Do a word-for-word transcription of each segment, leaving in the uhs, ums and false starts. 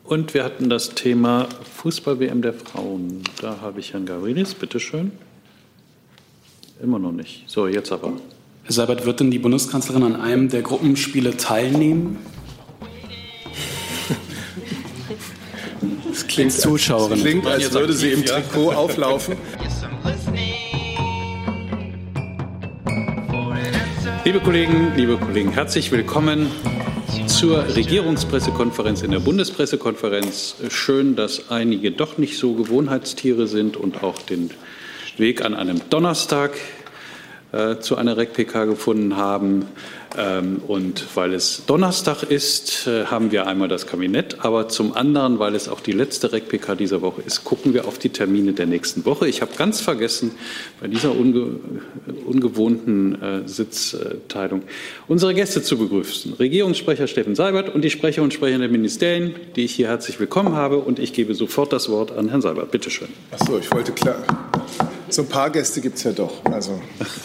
Und wir hatten das Thema Fußball-W M der Frauen. Da habe ich Herrn Gavrilis, bitteschön. Immer noch nicht. So, jetzt aber. Herr Seibert, wird denn die Bundeskanzlerin an einem der Gruppenspiele teilnehmen? Das klingt, Zuschauerin. Das klingt, als würde sie im Trikot auflaufen. Liebe Kollegen, liebe Kollegen, herzlich willkommen zur Regierungspressekonferenz in der Bundespressekonferenz. Schön, dass einige doch nicht so Gewohnheitstiere sind und auch den Weg an einem Donnerstag äh, zu einer R E C P K gefunden haben. Ähm, und weil es Donnerstag ist, äh, haben wir einmal das Kabinett. Aber zum anderen, weil es auch die letzte R E C P K dieser Woche ist, gucken wir auf die Termine der nächsten Woche. Ich habe ganz vergessen, bei dieser unge ungewohnten äh, Sitzteilung unsere Gäste zu begrüßen. Regierungssprecher Steffen Seibert und die Sprecher und Sprecher der Ministerien, die ich hier herzlich willkommen habe. Und ich gebe sofort das Wort an Herrn Seibert. Bitte schön. Ach so, ich wollte klar. So ein paar Gäste gibt es ja doch. Also.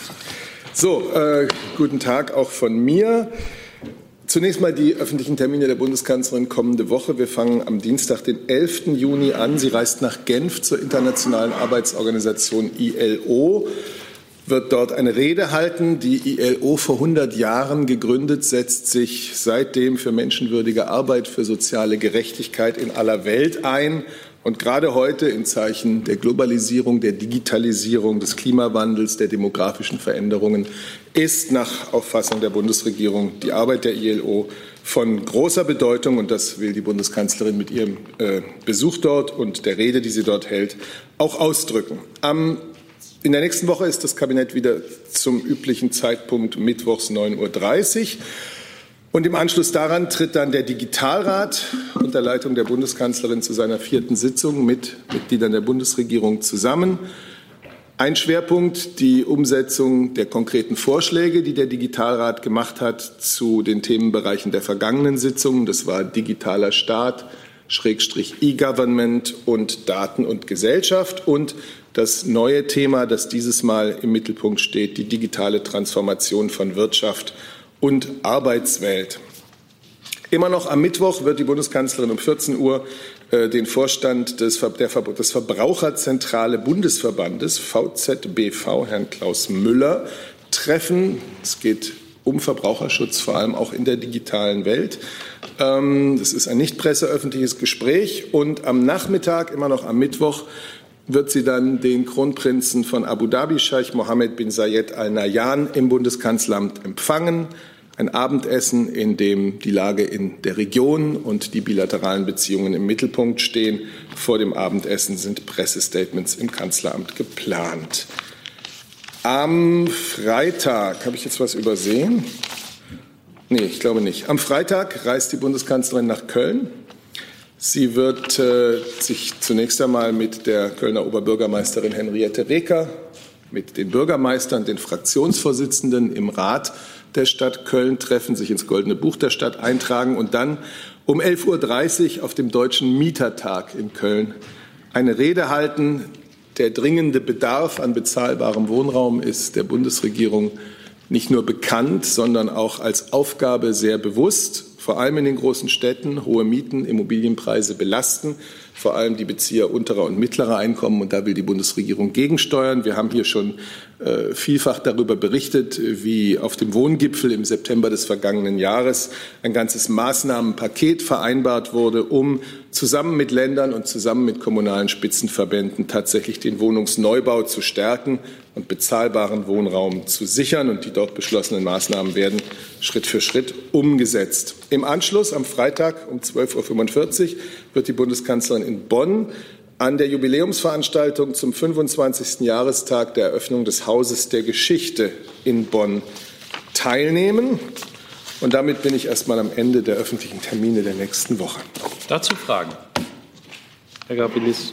So, äh, guten Tag auch von mir. Zunächst mal die öffentlichen Termine der Bundeskanzlerin kommende Woche. Wir fangen am Dienstag, den elften Juni an. Sie reist nach Genf zur Internationalen Arbeitsorganisation I L O, wird dort eine Rede halten. Die I L O, vor hundert Jahren gegründet, setzt sich seitdem für menschenwürdige Arbeit, für soziale Gerechtigkeit in aller Welt ein. Und gerade heute in Zeichen der Globalisierung, der Digitalisierung, des Klimawandels, der demografischen Veränderungen ist nach Auffassung der Bundesregierung die Arbeit der I L O von großer Bedeutung. Und das will die Bundeskanzlerin mit ihrem äh, Besuch dort und der Rede, die sie dort hält, auch ausdrücken. Am In der nächsten Woche ist das Kabinett wieder zum üblichen Zeitpunkt mittwochs neun Uhr dreißig. Und im Anschluss daran tritt dann der Digitalrat unter Leitung der Bundeskanzlerin zu seiner vierten Sitzung mit Mitgliedern der Bundesregierung zusammen. Ein Schwerpunkt, die Umsetzung der konkreten Vorschläge, die der Digitalrat gemacht hat zu den Themenbereichen der vergangenen Sitzungen. Das war digitaler Staat, Schrägstrich E-Government und Daten und Gesellschaft. Und das neue Thema, das dieses Mal im Mittelpunkt steht, die digitale Transformation von Wirtschaft und Arbeitswelt. Immer noch am Mittwoch wird die Bundeskanzlerin um vierzehn Uhr äh, den Vorstand des, Ver der Ver des Verbraucherzentrale Bundesverbandes V Z B V, Herrn Klaus Müller, treffen. Es geht um Verbraucherschutz, vor allem auch in der digitalen Welt. Ähm, das ist ein nicht presseöffentliches Gespräch. Und am Nachmittag, immer noch am Mittwoch, wird sie dann den Kronprinzen von Abu Dhabi, Scheich Mohammed bin Zayed Al Nahyan, im Bundeskanzleramt empfangen. Ein Abendessen, in dem die Lage in der Region und die bilateralen Beziehungen im Mittelpunkt stehen. Vor dem Abendessen sind Pressestatements im Kanzleramt geplant. Am Freitag, habe ich jetzt was übersehen? Nee, ich glaube nicht. Am Freitag reist die Bundeskanzlerin nach Köln. Sie wird äh, sich zunächst einmal mit der Kölner Oberbürgermeisterin Henriette Reker, mit den Bürgermeistern, den Fraktionsvorsitzenden im Rat der Stadt Köln treffen, sich ins Goldene Buch der Stadt eintragen und dann um elf Uhr dreißig auf dem Deutschen Mietertag in Köln eine Rede halten. Der dringende Bedarf an bezahlbarem Wohnraum ist der Bundesregierung nicht nur bekannt, sondern auch als Aufgabe sehr bewusst. Vor allem in den großen Städten hohe Mieten, Immobilienpreise belasten, vor allem die Bezieher unterer und mittlerer Einkommen. Und da will die Bundesregierung gegensteuern. Wir haben hier schon äh, vielfach darüber berichtet, wie auf dem Wohngipfel im September des vergangenen Jahres ein ganzes Maßnahmenpaket vereinbart wurde, um zusammen mit Ländern und zusammen mit kommunalen Spitzenverbänden tatsächlich den Wohnungsneubau zu stärken und bezahlbaren Wohnraum zu sichern. Und die dort beschlossenen Maßnahmen werden Schritt für Schritt umgesetzt. Im Anschluss am Freitag um zwölf Uhr fünfundvierzig wird die Bundeskanzlerin in Bonn an der Jubiläumsveranstaltung zum fünfundzwanzigsten Jahrestag der Eröffnung des Hauses der Geschichte in Bonn teilnehmen. Und damit bin ich erst mal am Ende der öffentlichen Termine der nächsten Woche. Dazu Fragen. Herr Gavrilis.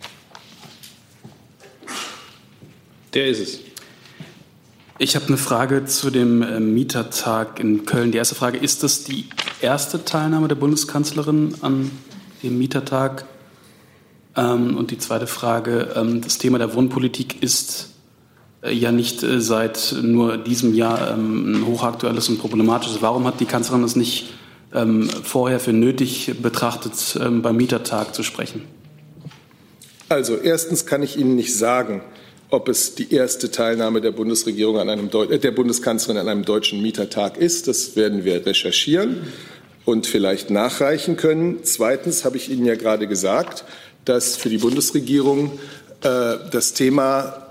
Der ist es. Ich habe eine Frage zu dem äh, Mietertag in Köln. Die erste Frage, ist das die erste Teilnahme der Bundeskanzlerin an dem Mietertag? Ähm, und die zweite Frage, ähm, das Thema der Wohnpolitik ist äh, ja nicht äh, seit nur diesem Jahr ähm, ein hochaktuelles und problematisches. Warum hat die Kanzlerin das nicht ähm, vorher für nötig betrachtet, ähm, beim Mietertag zu sprechen? Also erstens kann ich Ihnen nicht sagen, ob es die erste Teilnahme der Bundesregierung an einem Deu- äh, der Bundeskanzlerin an einem deutschen Mietertag ist. Das werden wir recherchieren und vielleicht nachreichen können. Zweitens habe ich Ihnen ja gerade gesagt, dass für die Bundesregierung äh, das Thema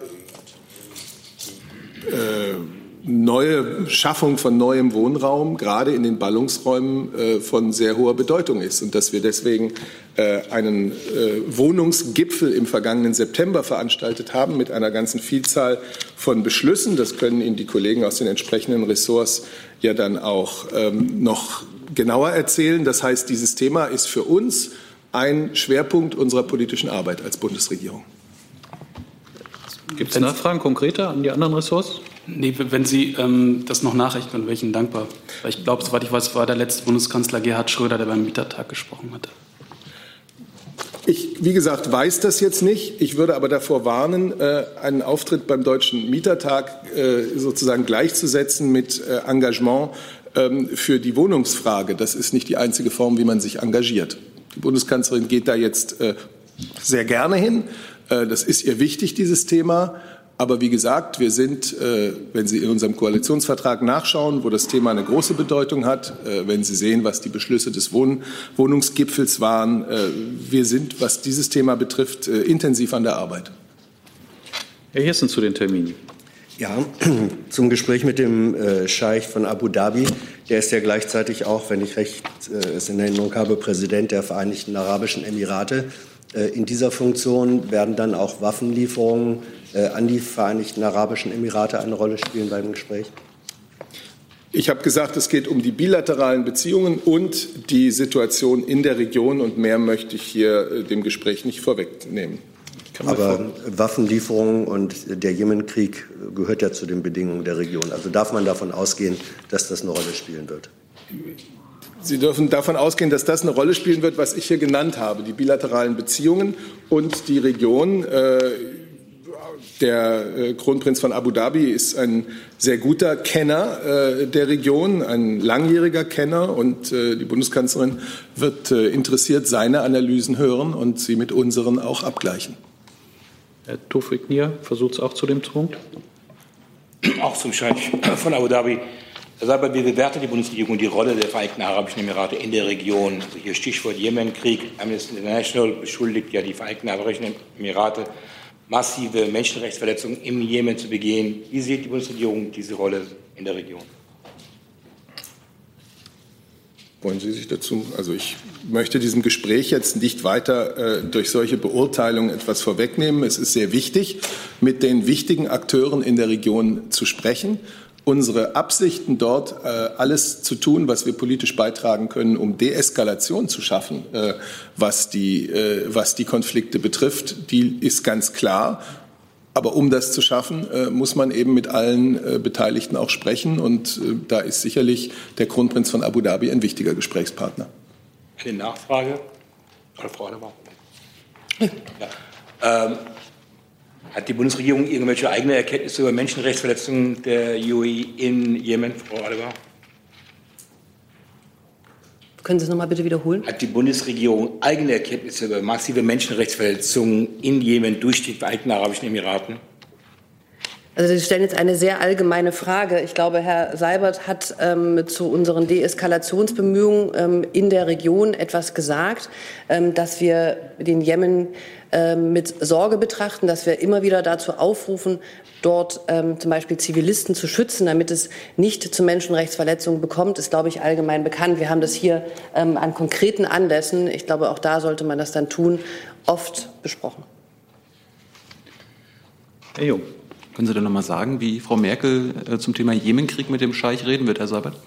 äh, neue Schaffung von neuem Wohnraum gerade in den Ballungsräumen äh, von sehr hoher Bedeutung ist und dass wir deswegen äh, einen äh, Wohnungsgipfel im vergangenen September veranstaltet haben mit einer ganzen Vielzahl von Beschlüssen. Das können Ihnen die Kollegen aus den entsprechenden Ressorts ja dann auch ähm, noch genauer erzählen. Das heißt, dieses Thema ist für uns ein Schwerpunkt unserer politischen Arbeit als Bundesregierung. Gibt es Nachfragen konkreter an die anderen Ressorts? Nee, wenn Sie ähm, das noch nachreichen können, wäre ich Ihnen dankbar. Weil ich glaube, soweit ich weiß, war der letzte Bundeskanzler Gerhard Schröder, der beim Mietertag gesprochen hatte. Ich, wie gesagt, weiß das jetzt nicht. Ich würde aber davor warnen, äh, einen Auftritt beim Deutschen Mietertag äh, sozusagen gleichzusetzen mit äh, Engagement ähm, für die Wohnungsfrage. Das ist nicht die einzige Form, wie man sich engagiert. Die Bundeskanzlerin geht da jetzt äh, sehr gerne hin. Äh, das ist ihr wichtig, dieses Thema. Aber wie gesagt, wir sind, äh, wenn Sie in unserem Koalitionsvertrag nachschauen, wo das Thema eine große Bedeutung hat, äh, wenn Sie sehen, was die Beschlüsse des Wohn- Wohnungsgipfels waren, äh, wir sind, was dieses Thema betrifft, äh, intensiv an der Arbeit. Herr Hirsten zu den Terminen. Ja, zum Gespräch mit dem äh, Scheich von Abu Dhabi. Der ist ja gleichzeitig auch, wenn ich recht äh, es in Erinnerung habe, Präsident der Vereinigten Arabischen Emirate. Äh, in dieser Funktion werden dann auch Waffenlieferungen äh, an die Vereinigten Arabischen Emirate eine Rolle spielen beim Gespräch? Ich habe gesagt, es geht um die bilateralen Beziehungen und die Situation in der Region. Und mehr möchte ich hier äh, dem Gespräch nicht vorwegnehmen. Aber Waffenlieferungen und der Jemenkrieg gehört ja zu den Bedingungen der Region. Also darf man davon ausgehen, dass das eine Rolle spielen wird? Sie dürfen davon ausgehen, dass das eine Rolle spielen wird, was ich hier genannt habe, die bilateralen Beziehungen und die Region. Der Kronprinz von Abu Dhabi ist ein sehr guter Kenner der Region, ein langjähriger Kenner. Und die Bundeskanzlerin wird interessiert seine Analysen hören und sie mit unseren auch abgleichen. Herr Tawfik Nia versucht es auch zu dem Punkt. Auch zum Scheich von Abu Dhabi. Herr Seibert, wie bewertet die Bundesregierung die Rolle der Vereinigten Arabischen Emirate in der Region? Also hier Stichwort Jemenkrieg. Amnesty International beschuldigt ja die Vereinigten Arabischen Emirate, massive Menschenrechtsverletzungen im Jemen zu begehen. Wie sieht die Bundesregierung diese Rolle in der Region? Wollen Sie sich dazu? Also ich möchte diesem Gespräch jetzt nicht weiter äh, durch solche Beurteilungen etwas vorwegnehmen. Es ist sehr wichtig, mit den wichtigen Akteuren in der Region zu sprechen, unsere Absichten dort äh, alles zu tun, was wir politisch beitragen können, um Deeskalation zu schaffen, äh, was die, äh, was die Konflikte betrifft, die ist ganz klar. Aber um das zu schaffen, äh, muss man eben mit allen äh, Beteiligten auch sprechen. Und äh, da ist sicherlich der Kronprinz von Abu Dhabi ein wichtiger Gesprächspartner. Eine Nachfrage? Oder Frau Adebar? Ja. Ähm, hat die Bundesregierung irgendwelche eigene Erkenntnisse über Menschenrechtsverletzungen der U A E in Jemen, Frau Adebar? Können Sie es noch mal bitte wiederholen? Hat die Bundesregierung eigene Erkenntnisse über massive Menschenrechtsverletzungen in Jemen durch die Vereinigten Arabischen Emiraten? Also Sie stellen jetzt eine sehr allgemeine Frage. Ich glaube, Herr Seibert hat ähm, zu unseren Deeskalationsbemühungen ähm, in der Region etwas gesagt, ähm, dass wir den Jemen ähm, mit Sorge betrachten, dass wir immer wieder dazu aufrufen, dort ähm, zum Beispiel Zivilisten zu schützen, damit es nicht zu Menschenrechtsverletzungen bekommt, ist, glaube ich, allgemein bekannt. Wir haben das hier ähm, an konkreten Anlässen, ich glaube, auch da sollte man das dann tun, oft besprochen. Herr Jung. Können Sie denn noch mal sagen, wie Frau Merkel äh, zum Thema Jemenkrieg mit dem Scheich reden wird, Herr Seibert?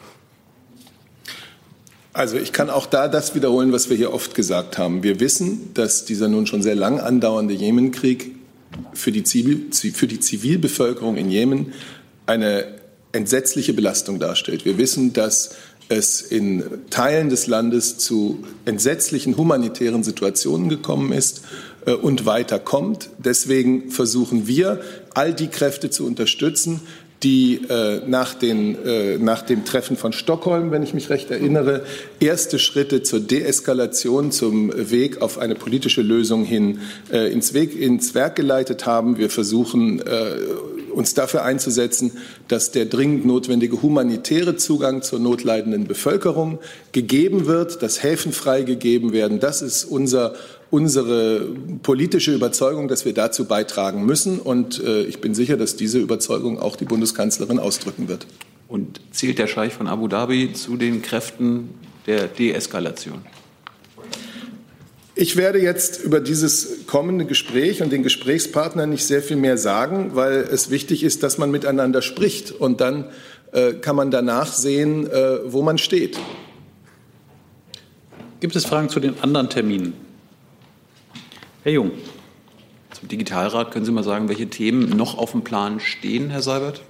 Also ich kann auch da das wiederholen, was wir hier oft gesagt haben. Wir wissen, dass dieser nun schon sehr lang andauernde Jemenkrieg für die, Zivil, für die Zivilbevölkerung in Jemen eine entsetzliche Belastung darstellt. Wir wissen, dass es in Teilen des Landes zu entsetzlichen humanitären Situationen gekommen ist äh, und weiter kommt. Deswegen versuchen wir, all die Kräfte zu unterstützen, die äh, nach, den, äh, nach dem Treffen von Stockholm, wenn ich mich recht erinnere, erste Schritte zur Deeskalation, zum Weg auf eine politische Lösung hin äh, ins, Weg, ins Werk geleitet haben. Wir versuchen, äh, uns dafür einzusetzen, dass der dringend notwendige humanitäre Zugang zur notleidenden Bevölkerung gegeben wird, dass Häfen freigegeben werden. Das ist unser unsere politische Überzeugung, dass wir dazu beitragen müssen. Und äh, ich bin sicher, dass diese Überzeugung auch die Bundeskanzlerin ausdrücken wird. Und zählt der Scheich von Abu Dhabi zu den Kräften der Deeskalation? Ich werde jetzt über dieses kommende Gespräch und den Gesprächspartner nicht sehr viel mehr sagen, weil es wichtig ist, dass man miteinander spricht. Und dann äh, kann man danach sehen, äh, wo man steht. Gibt es Fragen zu den anderen Terminen? Herr Jung. Zum Digitalrat können Sie mal sagen, welche Themen noch auf dem Plan stehen, Herr Seibert?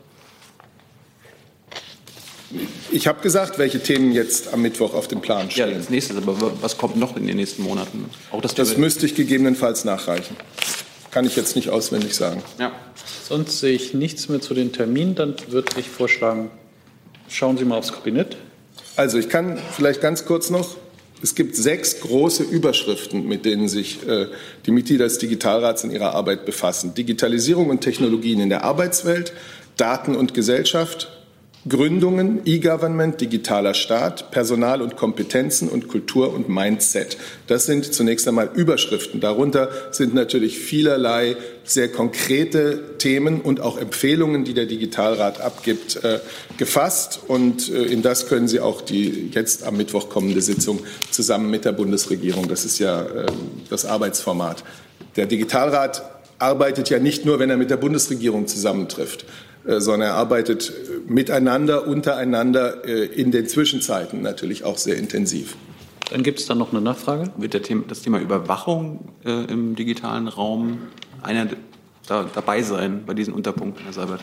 Ich habe gesagt, welche Themen jetzt am Mittwoch auf dem Plan stehen. Ja, das nächste, aber was kommt noch in den nächsten Monaten? Auch das das müsste ich gegebenenfalls nachreichen. Kann ich jetzt nicht auswendig sagen. Ja. Sonst sehe ich nichts mehr zu den Terminen. Dann würde ich vorschlagen, schauen Sie mal aufs Kabinett. Also ich kann vielleicht ganz kurz noch. Es gibt sechs große Überschriften, mit denen sich äh, die Mitglieder des Digitalrats in ihrer Arbeit befassen. Digitalisierung und Technologien in der Arbeitswelt, Daten und Gesellschaft, Gründungen, E-Government, digitaler Staat, Personal und Kompetenzen und Kultur und Mindset. Das sind zunächst einmal Überschriften. Darunter sind natürlich vielerlei sehr konkrete Themen und auch Empfehlungen, die der Digitalrat abgibt, äh, gefasst. Und äh, in das können Sie auch die jetzt am Mittwoch kommende Sitzung zusammen mit der Bundesregierung, das ist ja äh, das Arbeitsformat. Der Digitalrat arbeitet ja nicht nur, wenn er mit der Bundesregierung zusammentrifft, sondern er arbeitet miteinander, untereinander in den Zwischenzeiten natürlich auch sehr intensiv. Dann gibt es dann noch eine Nachfrage. Wird der Thema, das Thema Überwachung äh, im digitalen Raum einer da, dabei sein bei diesen Unterpunkten, Herr Seibert?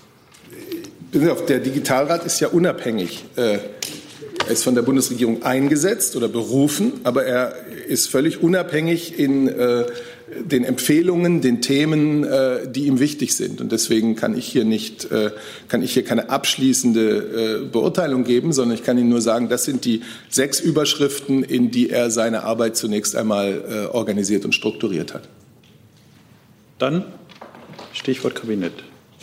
Der Digitalrat ist ja unabhängig. Er ist von der Bundesregierung eingesetzt oder berufen, aber er ist völlig unabhängig in äh, den Empfehlungen, den Themen, äh, die ihm wichtig sind. Und deswegen kann ich hier nicht, äh, kann ich hier keine abschließende äh, Beurteilung geben, sondern ich kann Ihnen nur sagen, das sind die sechs Überschriften, in die er seine Arbeit zunächst einmal äh, organisiert und strukturiert hat. Dann Stichwort Kabinett.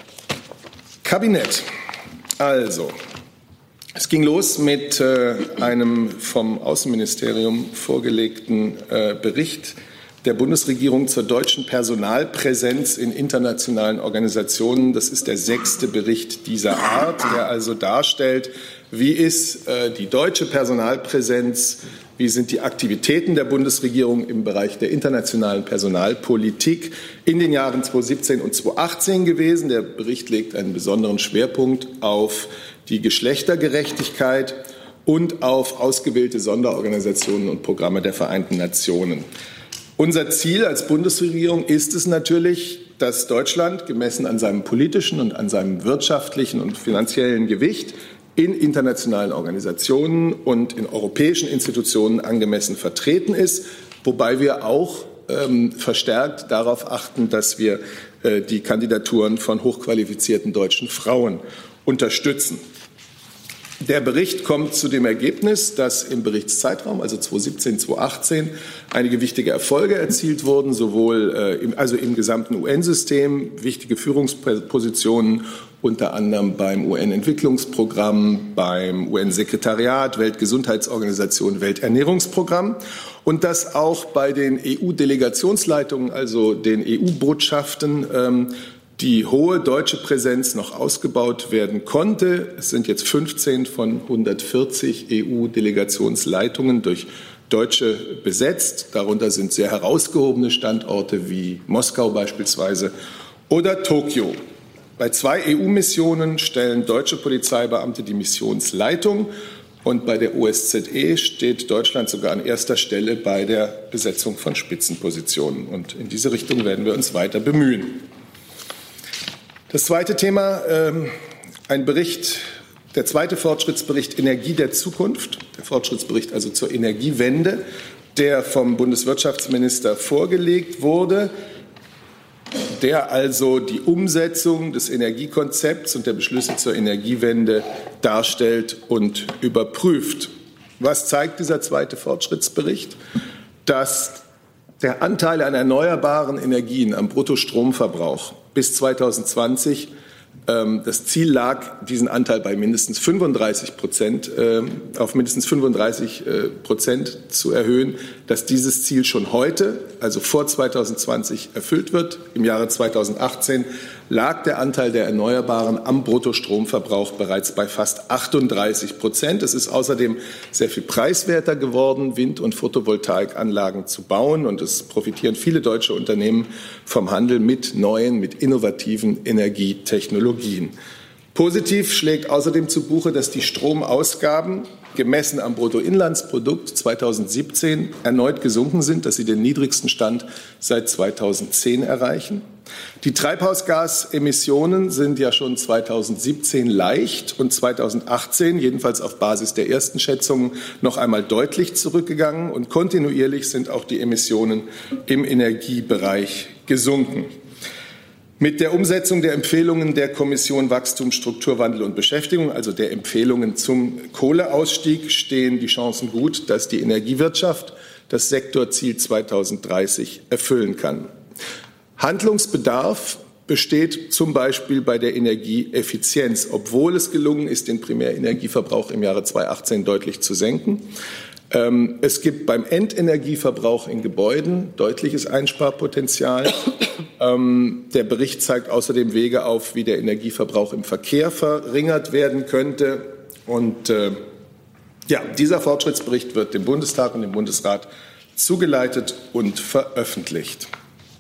Kabinett. Also, es ging los mit äh, einem vom Außenministerium vorgelegten äh, Bericht der Bundesregierung zur deutschen Personalpräsenz in internationalen Organisationen. Das ist der sechste Bericht dieser Art, der also darstellt, wie ist äh, die deutsche Personalpräsenz, wie sind die Aktivitäten der Bundesregierung im Bereich der internationalen Personalpolitik in den Jahren zweitausendsiebzehn und zweitausendachtzehn gewesen. Der Bericht legt einen besonderen Schwerpunkt auf die Geschlechtergerechtigkeit und auf ausgewählte Sonderorganisationen und Programme der Vereinten Nationen. Unser Ziel als Bundesregierung ist es natürlich, dass Deutschland gemessen an seinem politischen und an seinem wirtschaftlichen und finanziellen Gewicht in internationalen Organisationen und in europäischen Institutionen angemessen vertreten ist, wobei wir auch ähm, verstärkt darauf achten, dass wir äh, die Kandidaturen von hochqualifizierten deutschen Frauen unterstützen. Der Bericht kommt zu dem Ergebnis, dass im Berichtszeitraum, also zweitausendsiebzehn, zweitausendachtzehn, einige wichtige Erfolge erzielt wurden, sowohl äh, im, also im gesamten U N-System, wichtige Führungspositionen, unter anderem beim U N-Entwicklungsprogramm, beim U N-Sekretariat, Weltgesundheitsorganisation, Welternährungsprogramm und dass auch bei den E U-Delegationsleitungen, also den E U-Botschaften, ähm, die hohe deutsche Präsenz noch ausgebaut werden konnte. Es sind jetzt fünfzehn von hundertvierzig E U-Delegationsleitungen durch Deutsche besetzt. Darunter sind sehr herausgehobene Standorte wie Moskau beispielsweise oder Tokio. Bei zwei E U-Missionen stellen deutsche Polizeibeamte die Missionsleitung und bei der O S Z E steht Deutschland sogar an erster Stelle bei der Besetzung von Spitzenpositionen. Und in diese Richtung werden wir uns weiter bemühen. Das zweite Thema, ähm, ein Bericht, der zweite Fortschrittsbericht Energie der Zukunft, der Fortschrittsbericht also zur Energiewende, der vom Bundeswirtschaftsminister vorgelegt wurde. der also die Umsetzung des Energiekonzepts und der Beschlüsse zur Energiewende darstellt und überprüft. Was zeigt dieser zweite Fortschrittsbericht? Dass der Anteil an erneuerbaren Energien am Bruttostromverbrauch bis zweitausendzwanzig, ähm, das Ziel lag, diesen Anteil bei mindestens fünfunddreißig Prozent, äh, auf mindestens fünfunddreißig äh, Prozent zu erhöhen, dass dieses Ziel schon heute, also vor zweitausendzwanzig, erfüllt wird. Im Jahre zweitausendachtzehn lag der Anteil der Erneuerbaren am Bruttostromverbrauch bereits bei fast achtunddreißig Prozent. Es ist außerdem sehr viel preiswerter geworden, Wind- und Photovoltaikanlagen zu bauen. Und es profitieren viele deutsche Unternehmen vom Handel mit neuen, mit innovativen Energietechnologien. Positiv schlägt außerdem zu Buche, dass die Stromausgaben gemessen am Bruttoinlandsprodukt zweitausendsiebzehn erneut gesunken sind, dass sie den niedrigsten Stand seit zweitausendzehn erreichen. Die Treibhausgasemissionen sind ja schon zweitausendsiebzehn leicht und zweitausendachtzehn, jedenfalls auf Basis der ersten Schätzungen, noch einmal deutlich zurückgegangen. Und kontinuierlich sind auch die Emissionen im Energiebereich gesunken. Mit der Umsetzung der Empfehlungen der Kommission Wachstum, Strukturwandel und Beschäftigung, also der Empfehlungen zum Kohleausstieg, stehen die Chancen gut, dass die Energiewirtschaft das Sektorziel zweitausenddreißig erfüllen kann. Handlungsbedarf besteht zum Beispiel bei der Energieeffizienz, obwohl es gelungen ist, den Primärenergieverbrauch im Jahre zweitausendachtzehn deutlich zu senken. Es gibt beim Endenergieverbrauch in Gebäuden deutliches Einsparpotenzial. Der Bericht zeigt außerdem Wege auf, wie der Energieverbrauch im Verkehr verringert werden könnte. Und äh, ja, dieser Fortschrittsbericht wird dem Bundestag und dem Bundesrat zugeleitet und veröffentlicht.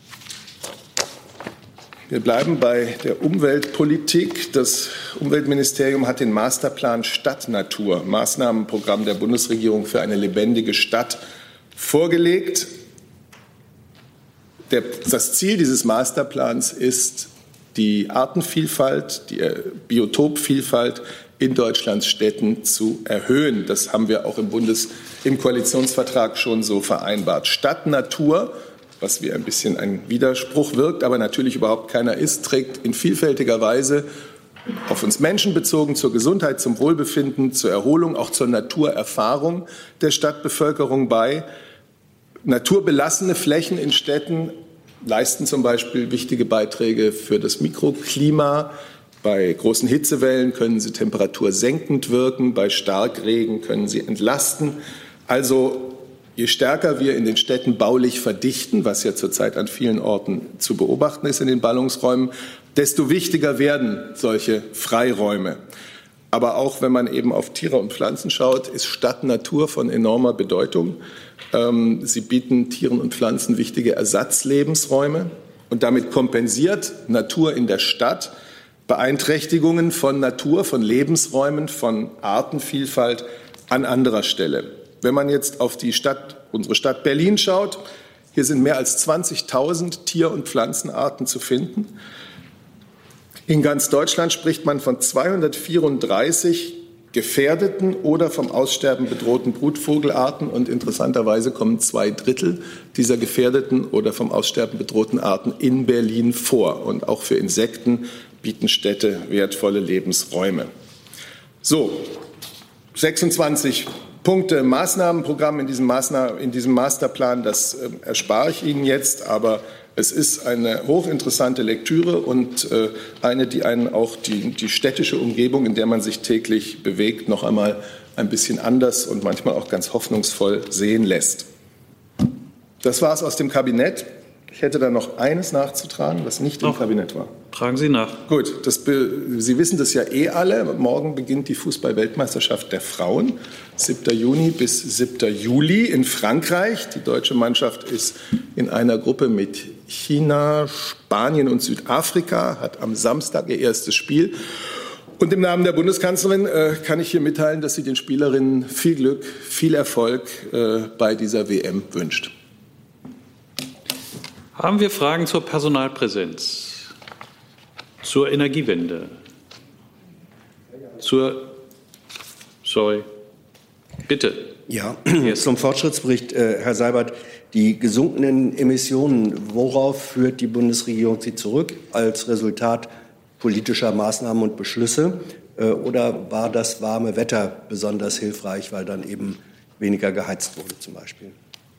Wir bleiben bei der Umweltpolitik. Das Umweltministerium hat den Masterplan Stadtnatur, Maßnahmenprogramm der Bundesregierung für eine lebendige Stadt, vorgelegt. Der, das Ziel dieses Masterplans ist, die Artenvielfalt, die Biotopvielfalt in Deutschlands Städten zu erhöhen. Das haben wir auch im Bundes, im Koalitionsvertrag schon so vereinbart. Stadtnatur, was wie ein bisschen ein Widerspruch wirkt, aber natürlich überhaupt keiner ist, trägt in vielfältiger Weise auf uns Menschen bezogen zur Gesundheit, zum Wohlbefinden, zur Erholung, auch zur Naturerfahrung der Stadtbevölkerung bei. Naturbelassene Flächen in Städten leisten zum Beispiel wichtige Beiträge für das Mikroklima. Bei großen Hitzewellen können sie temperatursenkend wirken, bei Starkregen können sie entlasten. Also je stärker wir in den Städten baulich verdichten, was ja zurzeit an vielen Orten zu beobachten ist in den Ballungsräumen, desto wichtiger werden solche Freiräume. Aber auch wenn man eben auf Tiere und Pflanzen schaut, ist Stadtnatur von enormer Bedeutung. Sie bieten Tieren und Pflanzen wichtige Ersatzlebensräume und damit kompensiert Natur in der Stadt Beeinträchtigungen von Natur, von Lebensräumen, von Artenvielfalt an anderer Stelle. Wenn man jetzt auf die Stadt, unsere Stadt Berlin schaut, hier sind mehr als zwanzigtausend Tier- und Pflanzenarten zu finden. In ganz Deutschland spricht man von zweihundertvierunddreißig gefährdeten oder vom Aussterben bedrohten Brutvogelarten und interessanterweise kommen zwei Drittel dieser gefährdeten oder vom Aussterben bedrohten Arten in Berlin vor. Und auch für Insekten bieten Städte wertvolle Lebensräume. So, sechsundzwanzig Punkte Maßnahmenprogramm in diesem, Maßnahmen, in diesem Masterplan, das äh, erspare ich Ihnen jetzt, aber es ist eine hochinteressante Lektüre und äh, eine, die einen auch die, die städtische Umgebung, in der man sich täglich bewegt, noch einmal ein bisschen anders und manchmal auch ganz hoffnungsvoll sehen lässt. Das war es aus dem Kabinett. Ich hätte da noch eines nachzutragen, was nicht im Kabinett war. Tragen Sie nach. Gut, das, Sie wissen das ja eh alle. Morgen beginnt die Fußball-Weltmeisterschaft der Frauen. siebter Juni bis siebter Juli in Frankreich. Die deutsche Mannschaft ist in einer Gruppe mit China, Spanien und Südafrika, hat am Samstag ihr erstes Spiel. Und im Namen der Bundeskanzlerin äh, kann ich hier mitteilen, dass sie den Spielerinnen viel Glück, viel Erfolg äh, bei dieser W M wünscht. Haben wir Fragen zur Personalpräsenz, zur Energiewende, zur, sorry, bitte. Ja, zum Fortschrittsbericht, äh, Herr Seibert. Die Die gesunkenen Emissionen, worauf führt die Bundesregierung sie zurück? Als Resultat politischer Maßnahmen und Beschlüsse? Oder war das warme Wetter besonders hilfreich, weil dann eben weniger geheizt wurde zum Beispiel?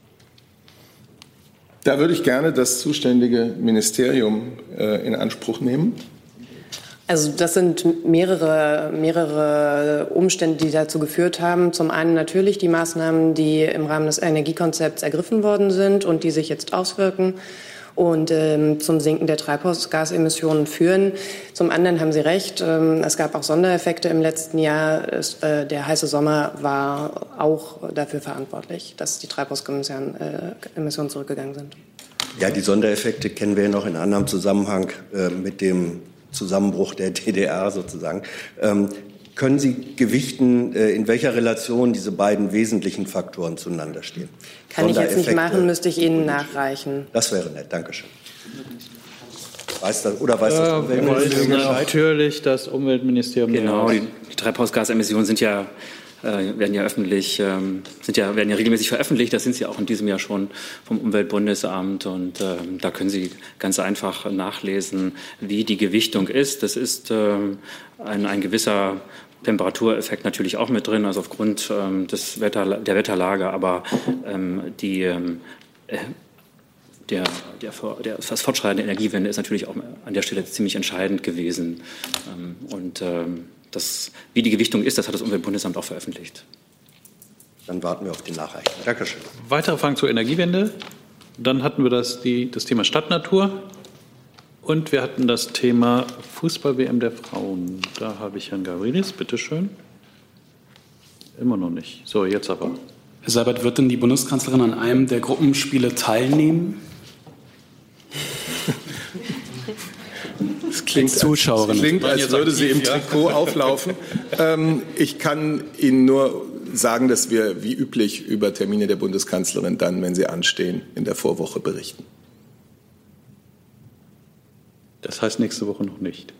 Da würde ich gerne das zuständige Ministerium äh, in Anspruch nehmen. Also das sind mehrere, mehrere Umstände, die dazu geführt haben. Zum einen natürlich die Maßnahmen, die im Rahmen des Energiekonzepts ergriffen worden sind und die sich jetzt auswirken und ähm, zum Sinken der Treibhausgasemissionen führen. Zum anderen haben Sie recht, ähm, es gab auch Sondereffekte im letzten Jahr. Es, äh, der heiße Sommer war auch dafür verantwortlich, dass die Treibhausgasemissionen äh, zurückgegangen sind. Ja, die Sondereffekte kennen wir ja noch in anderem Zusammenhang äh, mit dem Zusammenbruch der D D R sozusagen. Ähm, können Sie gewichten, äh, in welcher Relation diese beiden wesentlichen Faktoren zueinander stehen? Kann ich jetzt nicht machen, müsste ich Ihnen nachreichen. Das wäre nett, Dankeschön. Weiß das, oder weiß das Umweltministerium Bescheid? Natürlich das Umweltministerium. Genau, die, die Treibhausgasemissionen sind ja Äh, werden ja öffentlich, ähm, sind ja, werden ja regelmäßig veröffentlicht. Das sind sie auch in diesem Jahr schon vom Umweltbundesamt. Und äh, da können Sie ganz einfach nachlesen, wie die Gewichtung ist. Das ist äh, ein, ein gewisser Temperatureffekt natürlich auch mit drin, also aufgrund ähm, des Wetter, der Wetterlage. Aber ähm, die, ähm, äh, der, der, der, das Fortschreiten der Energiewende ist natürlich auch an der Stelle ziemlich entscheidend gewesen. Ähm, und ähm, Das, wie die Gewichtung ist, das hat das Umweltbundesamt auch veröffentlicht. Dann warten wir auf die Nachreichung. Dankeschön. Weitere Fragen zur Energiewende? Dann hatten wir das, die, das Thema Stadtnatur und wir hatten das Thema Fußball-W M der Frauen. Da habe ich Herrn Gavrilis, bitteschön. Immer noch nicht. So, jetzt aber. Herr Seibert, wird denn die Bundeskanzlerin an einem der Gruppenspiele teilnehmen? Das klingt, Zuschauerin. Das klingt, als würde sie im Trikot auflaufen. Ähm, ich kann Ihnen nur sagen, dass wir wie üblich über Termine der Bundeskanzlerin dann, wenn sie anstehen, in der Vorwoche berichten. Das heißt nächste Woche noch nicht.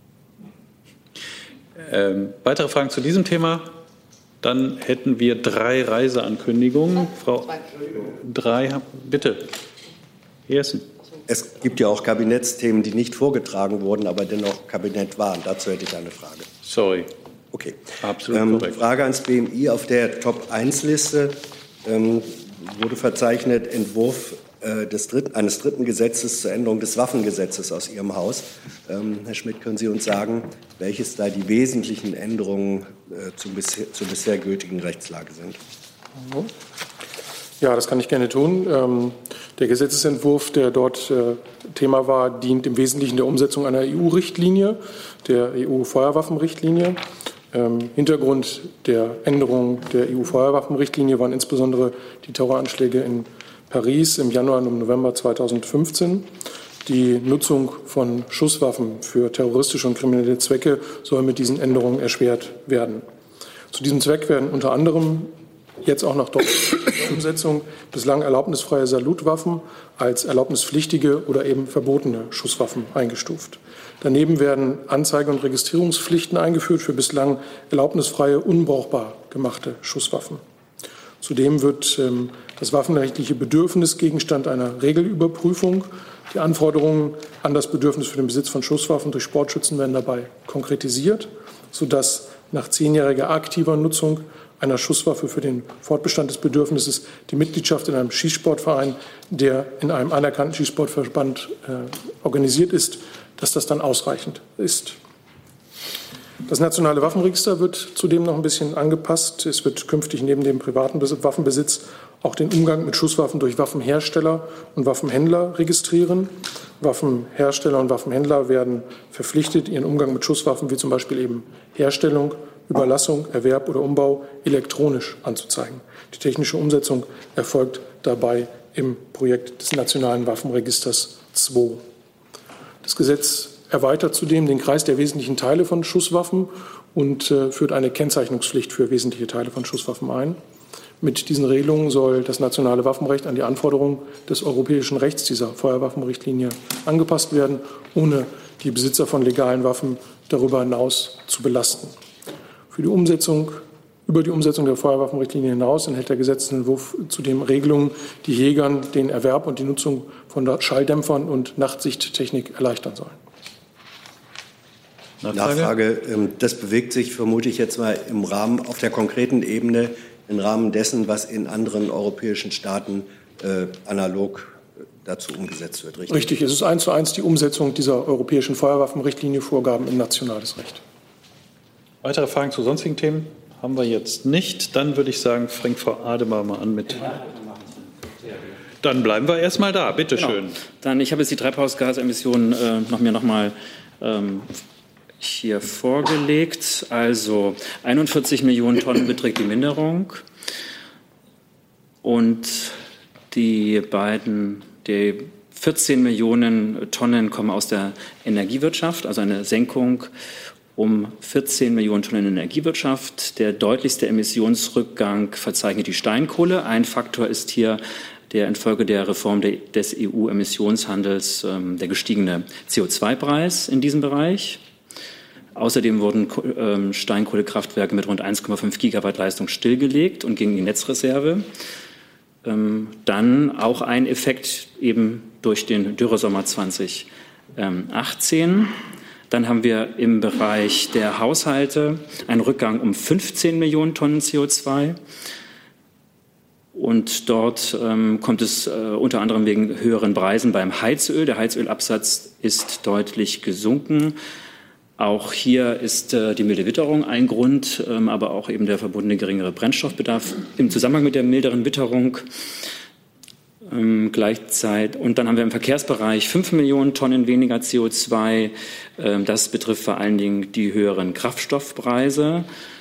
Ähm, weitere Fragen zu diesem Thema? Dann hätten wir drei Reiseankündigungen. Frau, drei, bitte. Heersen. Es gibt ja auch Kabinettsthemen, die nicht vorgetragen wurden, aber dennoch Kabinett waren. Dazu hätte ich eine Frage. Sorry. Okay. Absolut ähm, korrekt. Frage ans B M I. Auf der Top eins Liste ähm, wurde verzeichnet Entwurf äh, des dritten, eines dritten Gesetzes zur Änderung des Waffengesetzes aus Ihrem Haus. Ähm, Herr Schmidt, können Sie uns sagen, welches da die wesentlichen Änderungen äh, zum bisher, zur bisher gültigen Rechtslage sind? Ja, das kann ich gerne tun. Ähm, der Gesetzesentwurf, der dort äh, Thema war, dient im Wesentlichen der Umsetzung einer E U-Richtlinie, der E U-Feuerwaffenrichtlinie. Ähm, Hintergrund der Änderung der E U-Feuerwaffenrichtlinie waren insbesondere die Terroranschläge in Paris im Januar und im November zweitausendfünfzehn. Die Nutzung von Schusswaffen für terroristische und kriminelle Zwecke soll mit diesen Änderungen erschwert werden. Zu diesem Zweck werden unter anderem jetzt auch nach deutscher Umsetzung bislang erlaubnisfreie Salutwaffen als erlaubnispflichtige oder eben verbotene Schusswaffen eingestuft. Daneben werden Anzeige- und Registrierungspflichten eingeführt für bislang erlaubnisfreie, unbrauchbar gemachte Schusswaffen. Zudem wird ähm, das waffenrechtliche Bedürfnis Gegenstand einer Regelüberprüfung. Die Anforderungen an das Bedürfnis für den Besitz von Schusswaffen durch Sportschützen werden dabei konkretisiert, sodass nach zehnjähriger aktiver Nutzung einer Schusswaffe für den Fortbestand des Bedürfnisses die Mitgliedschaft in einem Schießsportverein, der in einem anerkannten Schießsportverband äh, organisiert ist, dass das dann ausreichend ist. Das nationale Waffenregister wird zudem noch ein bisschen angepasst. Es wird künftig neben dem privaten Waffenbesitz auch den Umgang mit Schusswaffen durch Waffenhersteller und Waffenhändler registrieren. Waffenhersteller und Waffenhändler werden verpflichtet, ihren Umgang mit Schusswaffen wie zum Beispiel eben Herstellung, Überlassung, Erwerb oder Umbau elektronisch anzuzeigen. Die technische Umsetzung erfolgt dabei im Projekt des Nationalen Waffenregisters zwei. Das Gesetz erweitert zudem den Kreis der wesentlichen Teile von Schusswaffen und äh, führt eine Kennzeichnungspflicht für wesentliche Teile von Schusswaffen ein. Mit diesen Regelungen soll das nationale Waffenrecht an die Anforderungen des europäischen Rechts dieser Feuerwaffenrichtlinie angepasst werden, ohne die Besitzer von legalen Waffen darüber hinaus zu belasten. Für die Umsetzung über die Umsetzung der Feuerwaffenrichtlinie hinaus enthält der Gesetzentwurf zudem Regelungen, die Jägern den Erwerb und die Nutzung von Schalldämpfern und Nachtsichttechnik erleichtern sollen. Nachfrage. Nachfrage. Das bewegt sich, vermute ich jetzt mal, im Rahmen, auf der konkreten Ebene, im Rahmen dessen, was in anderen europäischen Staaten äh, analog dazu umgesetzt wird, richtig? Richtig, es ist eins zu eins die Umsetzung dieser europäischen Feuerwaffenrichtlinie-Vorgaben in nationales Recht. Weitere Fragen zu sonstigen Themen haben wir jetzt nicht. Dann würde ich sagen, fängt Frau Adebar mal an mit. Dann bleiben wir erst mal da. Bitte schön. Genau. Dann, ich habe jetzt die Treibhausgasemissionen äh, noch mir noch mal ähm, hier vorgelegt. Also einundvierzig Millionen Tonnen beträgt die Minderung und die beiden, die vierzehn Millionen Tonnen kommen aus der Energiewirtschaft, also eine Senkung um vierzehn Millionen Tonnen Energiewirtschaft. Der deutlichste Emissionsrückgang verzeichnet die Steinkohle. Ein Faktor ist hier der infolge der Reform de, des E U-Emissionshandels ähm, der gestiegene C O zwei Preis in diesem Bereich. Außerdem wurden ähm, Steinkohlekraftwerke mit rund eins Komma fünf Gigawatt Leistung stillgelegt und gingen in die Netzreserve. Ähm, dann auch ein Effekt eben durch den Dürresommer zwanzig achtzehn. Dann haben wir im Bereich der Haushalte einen Rückgang um fünfzehn Millionen Tonnen C O zwei. Und dort ähm, kommt es äh, unter anderem wegen höheren Preisen beim Heizöl. Der Heizölabsatz ist deutlich gesunken. Auch hier ist äh, die milde Witterung ein Grund, ähm, aber auch eben der verbundene geringere Brennstoffbedarf im Zusammenhang mit der milderen Witterung. Ähm, gleichzeitig. Und dann haben wir im Verkehrsbereich fünf Millionen Tonnen weniger C O zwei. Ähm, das betrifft vor allen Dingen die höheren Kraftstoffpreise.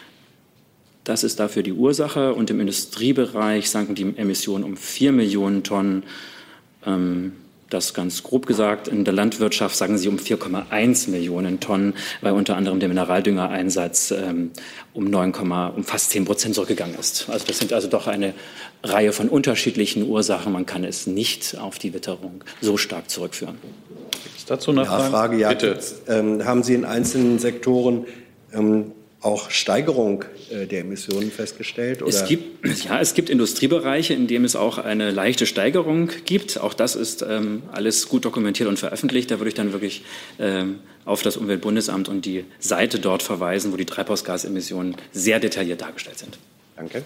Das ist dafür die Ursache. Und im Industriebereich sanken die Emissionen um vier Millionen Tonnen. Ähm, das ganz grob gesagt. In der Landwirtschaft sagen sie um vier Komma eins Millionen Tonnen, weil unter anderem der Mineraldüngereinsatz ähm, um, neun, um fast zehn Prozent zurückgegangen ist. Also das sind also doch eine Reihe von unterschiedlichen Ursachen. Man kann es nicht auf die Witterung so stark zurückführen. Gibt es dazu eine Frage? Frage, ja, bitte. Ähm, haben Sie in einzelnen Sektoren ähm, auch Steigerung äh, der Emissionen festgestellt? Oder? Es gibt, ja, es gibt Industriebereiche, in denen es auch eine leichte Steigerung gibt. Auch das ist ähm, alles gut dokumentiert und veröffentlicht. Da würde ich dann wirklich ähm, auf das Umweltbundesamt und die Seite dort verweisen, wo die Treibhausgasemissionen sehr detailliert dargestellt sind. Danke.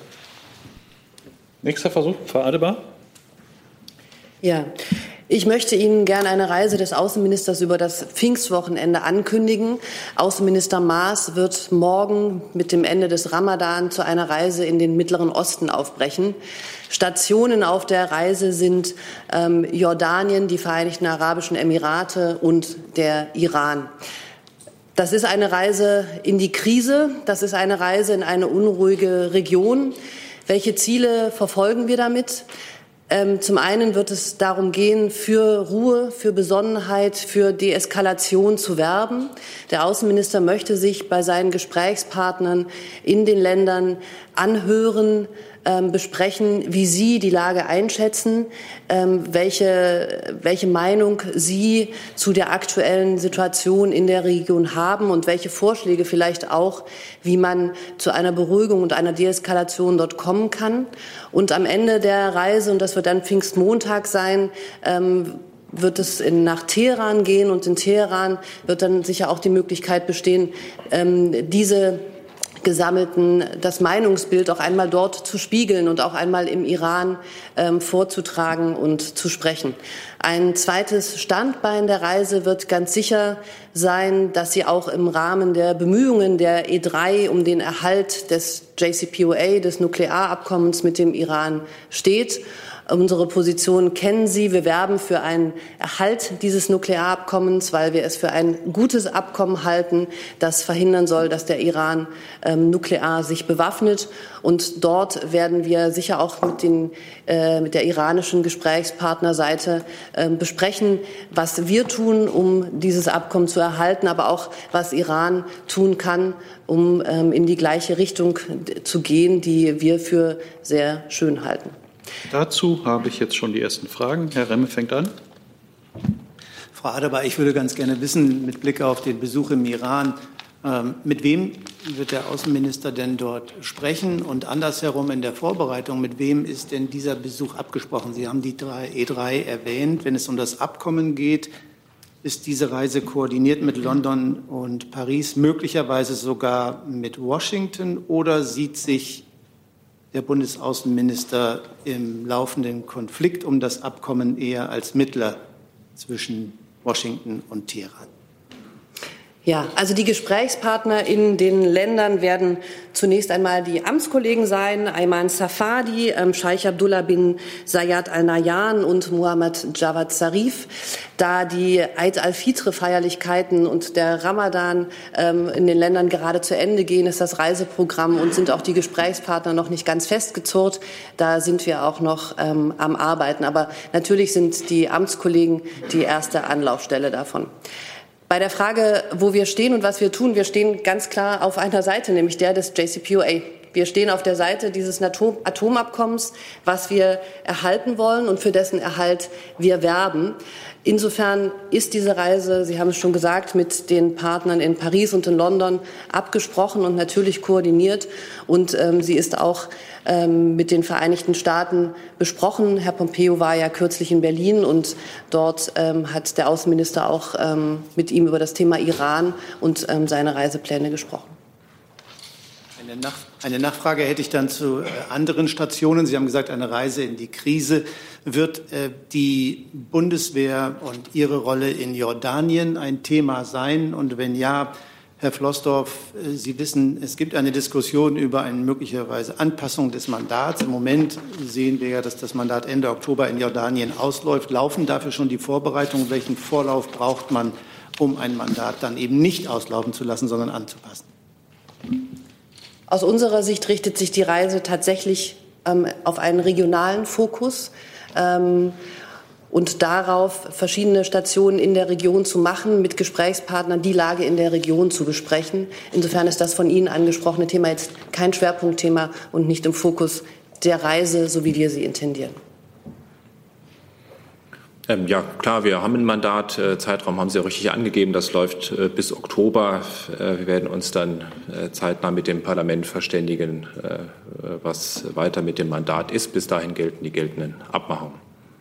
Nächster Versuch, Frau Adebar. Ja, ich möchte Ihnen gerne eine Reise des Außenministers über das Pfingstwochenende ankündigen. Außenminister Maas wird morgen mit dem Ende des Ramadan zu einer Reise in den Mittleren Osten aufbrechen. Stationen auf der Reise sind ähm, Jordanien, die Vereinigten Arabischen Emirate und der Iran. Das ist eine Reise in die Krise, das ist eine Reise in eine unruhige Region. Welche Ziele verfolgen wir damit? Ähm, zum einen wird es darum gehen, für Ruhe, für Besonnenheit, für Deeskalation zu werben. Der Außenminister möchte sich bei seinen Gesprächspartnern in den Ländern anhören, ähm, besprechen, wie sie die Lage einschätzen, ähm, welche, welche Meinung sie zu der aktuellen Situation in der Region haben und welche Vorschläge vielleicht auch, wie man zu einer Beruhigung und einer Deeskalation dort kommen kann. Und am Ende der Reise, und das wird dann Pfingstmontag sein, ähm, wird es in, nach Teheran gehen, und in Teheran wird dann sicher auch die Möglichkeit bestehen, ähm, diese gesammelten, das Meinungsbild auch einmal dort zu spiegeln und auch einmal im Iran ähm, vorzutragen und zu sprechen. Ein zweites Standbein der Reise wird ganz sicher sein, dass sie auch im Rahmen der Bemühungen der E drei um den Erhalt des J C P O A, des Nuklearabkommens mit dem Iran, steht. Unsere Position kennen Sie. Wir werben für einen Erhalt dieses Nuklearabkommens, weil wir es für ein gutes Abkommen halten, das verhindern soll, dass der Iran ähm, nuklear sich bewaffnet. Und dort werden wir sicher auch mit, den, äh, mit der iranischen Gesprächspartnerseite äh, besprechen, was wir tun, um dieses Abkommen zu erhalten, aber auch, was Iran tun kann, um ähm, in die gleiche Richtung zu gehen, die wir für sehr schön halten. Dazu habe ich jetzt schon die ersten Fragen. Herr Remme fängt an. Frau Adebar, ich würde ganz gerne wissen, mit Blick auf den Besuch im Iran, Ähm, mit wem wird der Außenminister denn dort sprechen? Und andersherum in der Vorbereitung, mit wem ist denn dieser Besuch abgesprochen? Sie haben die E drei erwähnt. Wenn es um das Abkommen geht, ist diese Reise koordiniert mit London und Paris, möglicherweise sogar mit Washington? Oder sieht sich der Bundesaußenminister im laufenden Konflikt um das Abkommen eher als Mittler zwischen Washington und Teheran? Ja, also die Gesprächspartner in den Ländern werden zunächst einmal die Amtskollegen sein, Ayman Safadi, ähm, Scheich Abdullah bin Zayed Al Nahyan und Muhammad Javad Zarif. Da die Eid al-Fitr-Feierlichkeiten und der Ramadan ähm, in den Ländern gerade zu Ende gehen, ist das Reiseprogramm und sind auch die Gesprächspartner noch nicht ganz festgezurrt. Da sind wir auch noch ähm, am Arbeiten. Aber natürlich sind die Amtskollegen die erste Anlaufstelle davon. Bei der Frage, wo wir stehen und was wir tun, wir stehen ganz klar auf einer Seite, nämlich der des J C P O A. Wir stehen auf der Seite dieses Atomabkommens, was wir erhalten wollen und für dessen Erhalt wir werben. Insofern ist diese Reise, Sie haben es schon gesagt, mit den Partnern in Paris und in London abgesprochen und natürlich koordiniert. Und ähm, sie ist auch ähm, mit den Vereinigten Staaten besprochen. Herr Pompeo war ja kürzlich in Berlin und dort ähm, hat der Außenminister auch ähm, mit ihm über das Thema Iran und ähm, seine Reisepläne gesprochen. Eine, Nach- eine Nachfrage hätte ich dann zu äh, anderen Stationen. Sie haben gesagt, eine Reise in die Krise. Wird äh, die Bundeswehr und Ihre Rolle in Jordanien ein Thema sein? Und wenn ja, Herr Flossdorf, äh, Sie wissen, es gibt eine Diskussion über eine möglicherweise Anpassung des Mandats. Im Moment sehen wir ja, dass das Mandat Ende Oktober in Jordanien ausläuft. Laufen dafür schon die Vorbereitungen? Welchen Vorlauf braucht man, um ein Mandat dann eben nicht auslaufen zu lassen, sondern anzupassen? Aus unserer Sicht richtet sich die Reise tatsächlich ähm, auf einen regionalen Fokus ähm, und darauf, verschiedene Stationen in der Region zu machen, mit Gesprächspartnern die Lage in der Region zu besprechen. Insofern ist das von Ihnen angesprochene Thema jetzt kein Schwerpunktthema und nicht im Fokus der Reise, so wie wir sie intendieren. Ähm, ja, klar, wir haben ein Mandat. Äh, Zeitraum haben Sie ja richtig angegeben. Das läuft äh, bis Oktober. Äh, wir werden uns dann äh, zeitnah mit dem Parlament verständigen, äh, was weiter mit dem Mandat ist. Bis dahin gelten die geltenden Abmachungen.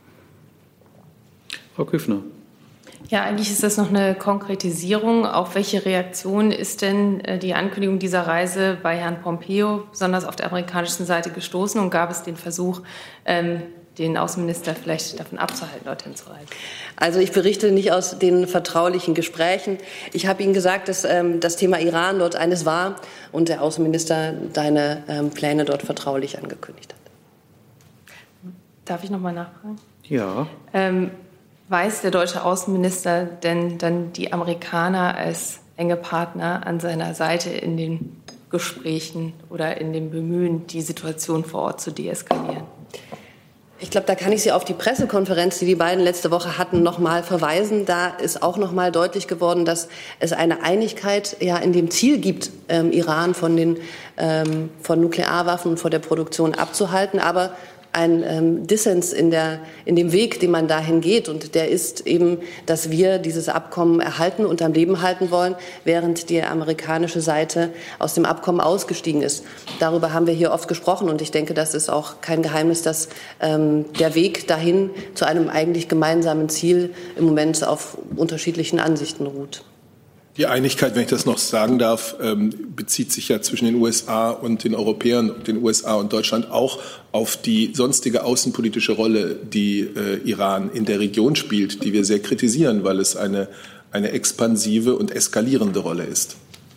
Frau Küffner. Ja, eigentlich ist das noch eine Konkretisierung. Auf welche Reaktion ist denn äh, die Ankündigung dieser Reise bei Herrn Pompeo besonders auf der amerikanischen Seite gestoßen? Und gab es den Versuch, ähm, den Außenminister vielleicht davon abzuhalten, dorthin zu reisen? Also ich berichte nicht aus den vertraulichen Gesprächen. Ich habe Ihnen gesagt, dass ähm, das Thema Iran dort eines war und der Außenminister seine ähm, Pläne dort vertraulich angekündigt hat. Darf ich noch mal nachfragen? Ja. Ähm, weiß der deutsche Außenminister denn dann die Amerikaner als enge Partner an seiner Seite in den Gesprächen oder in dem Bemühen, die Situation vor Ort zu deeskalieren? Ich glaube, da kann ich Sie auf die Pressekonferenz, die die beiden letzte Woche hatten, noch mal verweisen. Da ist auch noch mal deutlich geworden, dass es eine Einigkeit ja in dem Ziel gibt, ähm, Iran von den ähm, von Nuklearwaffen und von der Produktion abzuhalten, aber ein ähm, Dissens in, der, in dem Weg, den man dahin geht. Und der ist eben, dass wir dieses Abkommen erhalten und am Leben halten wollen, während die amerikanische Seite aus dem Abkommen ausgestiegen ist. Darüber haben wir hier oft gesprochen. Und ich denke, das ist auch kein Geheimnis, dass ähm, der Weg dahin zu einem eigentlich gemeinsamen Ziel im Moment auf unterschiedlichen Ansichten ruht. Die Einigkeit, wenn ich das noch sagen darf, bezieht sich ja zwischen den U S A und den Europäern, den U S A und Deutschland auch auf die sonstige außenpolitische Rolle, die äh, Iran in der Region spielt, die wir sehr kritisieren, weil es eine, eine expansive und eskalierende Rolle ist.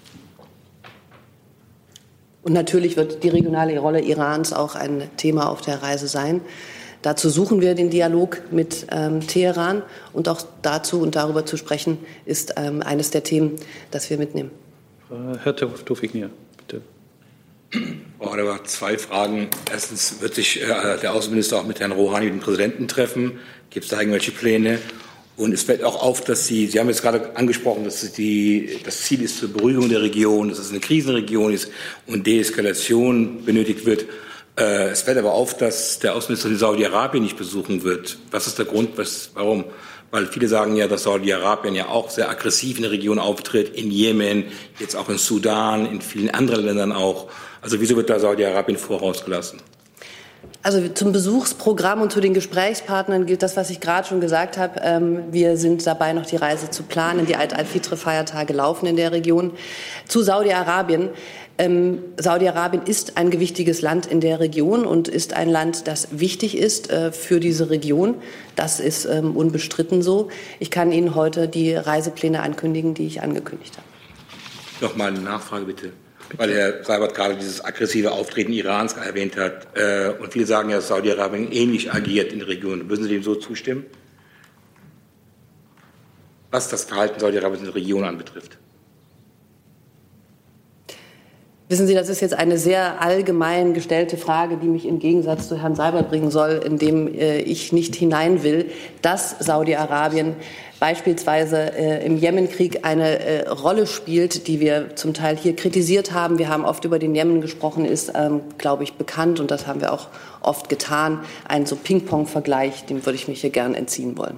Und natürlich wird die regionale Rolle Irans auch ein Thema auf der Reise sein. Dazu suchen wir den Dialog mit ähm, Teheran und auch dazu und darüber zu sprechen, ist ähm, eines der Themen, das wir mitnehmen. Herr Tawfik-Nia, bitte. Oh, da waren zwei Fragen. Erstens, wird sich äh, der Außenminister auch mit Herrn Rouhani, dem Präsidenten, treffen? Gibt es da irgendwelche Pläne? Und es fällt auch auf, dass Sie, Sie haben jetzt gerade angesprochen, dass die, das Ziel ist zur Beruhigung der Region, dass es eine Krisenregion ist und Deeskalation benötigt wird. Äh, es fällt aber auf, dass der Außenminister Saudi-Arabien nicht besuchen wird. Was ist der Grund? Was, warum? Weil viele sagen ja, dass Saudi-Arabien ja auch sehr aggressiv in der Region auftritt, in Jemen, jetzt auch in Sudan, in vielen anderen Ländern auch. Also wieso wird da Saudi-Arabien vorausgelassen? Also zum Besuchsprogramm und zu den Gesprächspartnern gilt das, was ich gerade schon gesagt habe. Ähm, wir sind dabei, noch die Reise zu planen. Die Eid al-Fitr-Feiertage laufen in der Region. Zu Saudi-Arabien. Ähm, Saudi-Arabien ist ein gewichtiges Land in der Region und ist ein Land, das wichtig ist äh, für diese Region. Das ist ähm, unbestritten so. Ich kann Ihnen heute die Reisepläne ankündigen, die ich angekündigt habe. Noch mal eine Nachfrage bitte. Weil Herr Seibert gerade dieses aggressive Auftreten Irans erwähnt hat. Äh, und viele sagen ja, dass Saudi-Arabien ähnlich agiert in der Region. Würden Sie dem so zustimmen? Was das Verhalten Saudi-Arabiens in der Region anbetrifft? Wissen Sie, das ist jetzt eine sehr allgemein gestellte Frage, die mich im Gegensatz zu Herrn Seibert bringen soll, in dem äh, ich nicht hinein will, dass Saudi-Arabien beispielsweise äh, im Jemenkrieg eine äh, Rolle spielt, die wir zum Teil hier kritisiert haben. Wir haben oft über den Jemen gesprochen, ist, ähm, glaube ich, bekannt und das haben wir auch oft getan. Ein so Ping-Pong-Vergleich, dem würde ich mich hier gern entziehen wollen.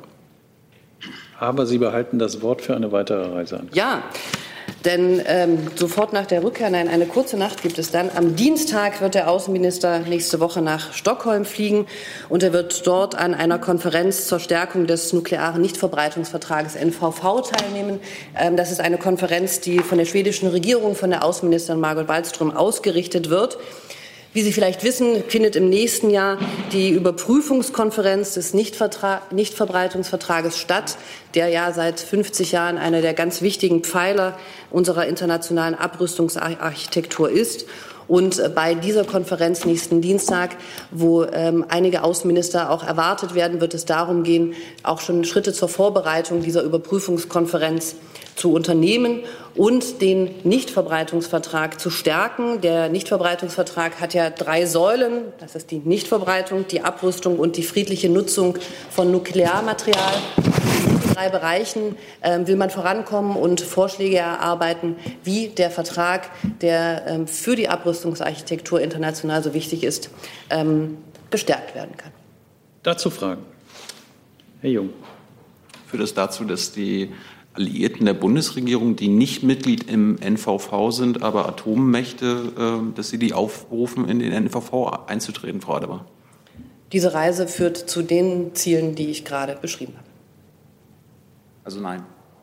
Aber Sie behalten das Wort für eine weitere Reise an. Ja. Denn ähm, sofort nach der Rückkehr, nein, eine kurze Nacht gibt es dann. Am Dienstag wird der Außenminister nächste Woche nach Stockholm fliegen und er wird dort an einer Konferenz zur Stärkung des nuklearen Nichtverbreitungsvertrages N V V teilnehmen. Ähm, das ist eine Konferenz, die von der schwedischen Regierung, von der Außenministerin Margot Wallström ausgerichtet wird. Wie Sie vielleicht wissen, findet im nächsten Jahr die Überprüfungskonferenz des Nichtverbreitungsvertrages statt, der ja seit fünfzig Jahren einer der ganz wichtigen Pfeiler unserer internationalen Abrüstungsarchitektur ist. Und bei dieser Konferenz nächsten Dienstag, wo ähm, einige Außenminister auch erwartet werden, wird es darum gehen, auch schon Schritte zur Vorbereitung dieser Überprüfungskonferenz zu unternehmen und den Nichtverbreitungsvertrag zu stärken. Der Nichtverbreitungsvertrag hat ja drei Säulen. Das ist die Nichtverbreitung, die Abrüstung und die friedliche Nutzung von Nuklearmaterial. In diesen drei Bereichen äh, will man vorankommen und Vorschläge erarbeiten, wie der Vertrag, der ähm, für die Abrüstungsarchitektur international so wichtig ist, ähm, gestärkt werden kann. Dazu Fragen. Herr Jung. Führt das dazu, dass die Alliierten der Bundesregierung, die nicht Mitglied im N V V sind, aber Atommächte, dass Sie die aufrufen, in den N V V einzutreten, Frau Adebar? Diese Reise führt zu den Zielen, die ich gerade beschrieben habe. Also nein.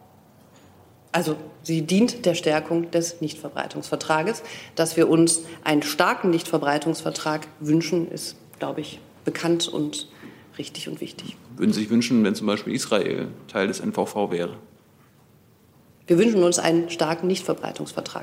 Also sie dient der Stärkung des Nichtverbreitungsvertrages. Dass wir uns einen starken Nichtverbreitungsvertrag wünschen, ist, glaube ich, bekannt und richtig und wichtig. Würden Sie sich wünschen, wenn zum Beispiel Israel Teil des N V V wäre? Wir wünschen uns einen starken Nichtverbreitungsvertrag.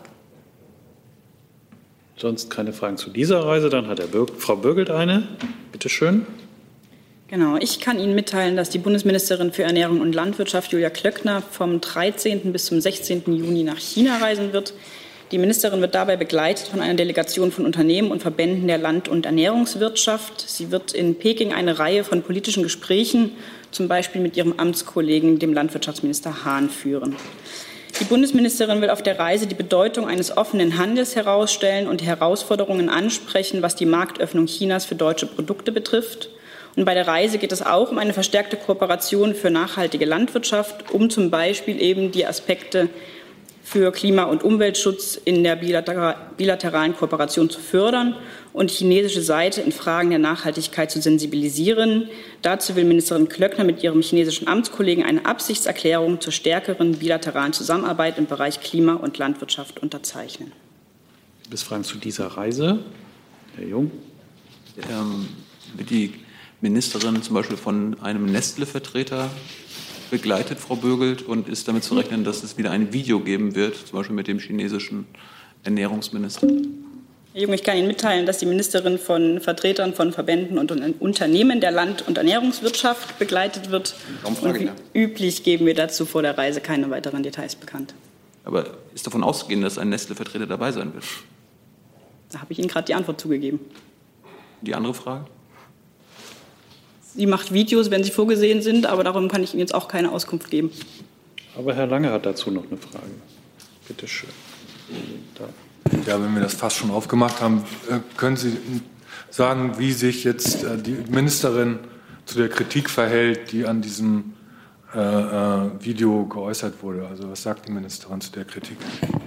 Sonst keine Fragen zu dieser Reise. Dann hat Herr Bürg, Frau Bürgelt eine. Bitte schön. Genau, ich kann Ihnen mitteilen, dass die Bundesministerin für Ernährung und Landwirtschaft, Julia Klöckner, vom dreizehnten bis zum sechzehnten Juni nach China reisen wird. Die Ministerin wird dabei begleitet von einer Delegation von Unternehmen und Verbänden der Land- und Ernährungswirtschaft. Sie wird in Peking eine Reihe von politischen Gesprächen, zum Beispiel mit ihrem Amtskollegen, dem Landwirtschaftsminister Hahn, führen. Die Bundesministerin will auf der Reise die Bedeutung eines offenen Handels herausstellen und die Herausforderungen ansprechen, was die Marktöffnung Chinas für deutsche Produkte betrifft. Und bei der Reise geht es auch um eine verstärkte Kooperation für nachhaltige Landwirtschaft, um zum Beispiel eben die Aspekte für Klima- und Umweltschutz in der bilateralen Kooperation zu fördern und die chinesische Seite in Fragen der Nachhaltigkeit zu sensibilisieren. Dazu will Ministerin Klöckner mit ihrem chinesischen Amtskollegen eine Absichtserklärung zur stärkeren bilateralen Zusammenarbeit im Bereich Klima und Landwirtschaft unterzeichnen. Gibt es Fragen zu dieser Reise? Herr Jung. Ähm, wird die Ministerin zum Beispiel von einem Nestle-Vertreter begleitet, Frau Bürgelt, und ist damit zu rechnen, dass es wieder ein Video geben wird, zum Beispiel mit dem chinesischen Ernährungsminister? Herr Jung, ich kann Ihnen mitteilen, dass die Ministerin von Vertretern von Verbänden und Unternehmen der Land- und Ernährungswirtschaft begleitet wird. Und wie üblich geben wir dazu vor der Reise keine weiteren Details bekannt. Aber ist davon auszugehen, dass ein Nestle-Vertreter dabei sein wird? Da habe ich Ihnen gerade die Antwort zugegeben. Die andere Frage? Sie macht Videos, wenn sie vorgesehen sind, aber darum kann ich Ihnen jetzt auch keine Auskunft geben. Aber Herr Lange hat dazu noch eine Frage. Bitte schön. Da. Ja, wenn wir das fast schon aufgemacht haben, können Sie sagen, wie sich jetzt äh, die Ministerin zu der Kritik verhält, die an diesem äh, äh, Video geäußert wurde. Also was sagt die Ministerin zu der Kritik?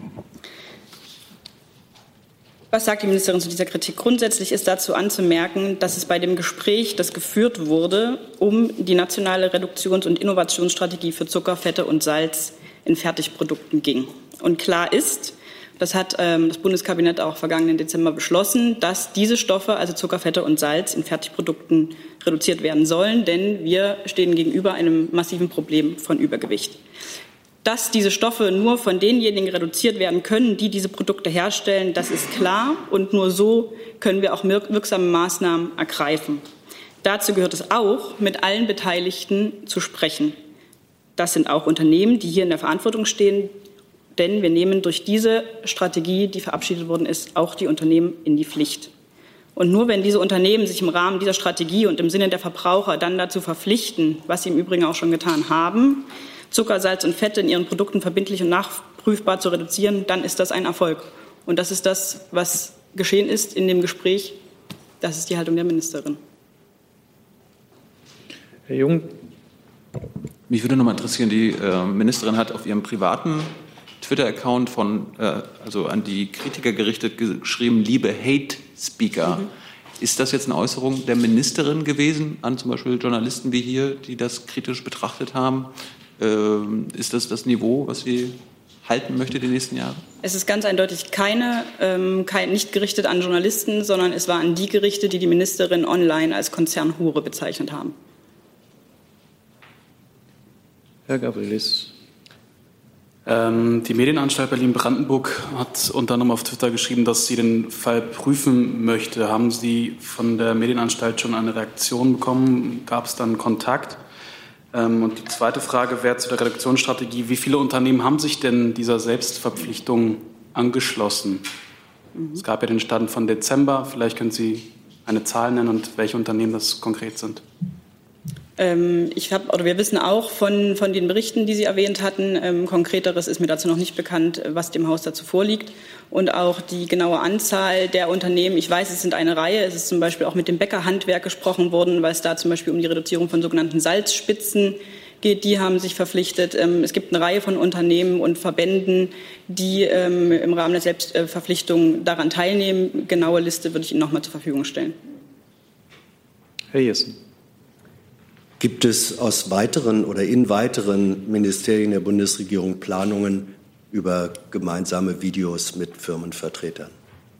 Was sagt die Ministerin zu dieser Kritik? Grundsätzlich ist dazu anzumerken, dass es bei dem Gespräch, das geführt wurde, um die nationale Reduktions- und Innovationsstrategie für Zucker, Fette und Salz in Fertigprodukten ging. Und klar ist, das hat ähm, das Bundeskabinett auch vergangenen Dezember beschlossen, dass diese Stoffe, also Zucker, Fette und Salz, in Fertigprodukten reduziert werden sollen, denn wir stehen gegenüber einem massiven Problem von Übergewicht. Dass diese Stoffe nur von denjenigen reduziert werden können, die diese Produkte herstellen, das ist klar. Und nur so können wir auch wirksame Maßnahmen ergreifen. Dazu gehört es auch, mit allen Beteiligten zu sprechen. Das sind auch Unternehmen, die hier in der Verantwortung stehen. Denn wir nehmen durch diese Strategie, die verabschiedet worden ist, auch die Unternehmen in die Pflicht. Und nur wenn diese Unternehmen sich im Rahmen dieser Strategie und im Sinne der Verbraucher dann dazu verpflichten, was sie im Übrigen auch schon getan haben, Zucker, Salz und Fette in ihren Produkten verbindlich und nachprüfbar zu reduzieren, dann ist das ein Erfolg. Und das ist das, was geschehen ist in dem Gespräch. Das ist die Haltung der Ministerin. Herr Jung. Mich würde noch mal interessieren, die äh, Ministerin hat auf ihrem privaten Twitter-Account von, äh, also an die Kritiker gerichtet, geschrieben, liebe Hate-Speaker. Mhm. Ist das jetzt eine Äußerung der Ministerin gewesen an zum Beispiel Journalisten wie hier, die das kritisch betrachtet haben? Ähm, ist das das Niveau, was sie halten möchte die nächsten Jahre? Es ist ganz eindeutig keine, ähm, kein, nicht gerichtet an Journalisten, sondern es war an die gerichtet, die die Ministerin online als Konzernhure bezeichnet haben. Herr Gabrielis. Ähm, die Medienanstalt Berlin-Brandenburg hat unter anderem auf Twitter geschrieben, dass sie den Fall prüfen möchte. Haben Sie von der Medienanstalt schon eine Reaktion bekommen? Gab es dann Kontakt? Ähm, und die zweite Frage wäre zu der Reduktionsstrategie. Wie viele Unternehmen haben sich denn dieser Selbstverpflichtung angeschlossen? Mhm. Es gab ja den Stand von Dezember. Vielleicht können Sie eine Zahl nennen und welche Unternehmen das konkret sind. Ich hab, oder wir wissen auch von, von den Berichten, die Sie erwähnt hatten, ähm, Konkreteres ist mir dazu noch nicht bekannt, was dem Haus dazu vorliegt. Und auch die genaue Anzahl der Unternehmen, ich weiß, es sind eine Reihe, es ist zum Beispiel auch mit dem Bäckerhandwerk gesprochen worden, weil es da zum Beispiel um die Reduzierung von sogenannten Salzspitzen geht. Die haben sich verpflichtet. Ähm, es gibt eine Reihe von Unternehmen und Verbänden, die ähm, im Rahmen der Selbstverpflichtung daran teilnehmen. Genaue Liste würde ich Ihnen noch mal zur Verfügung stellen. Herr Jessen. Gibt es aus weiteren oder in weiteren Ministerien der Bundesregierung Planungen über gemeinsame Videos mit Firmenvertretern?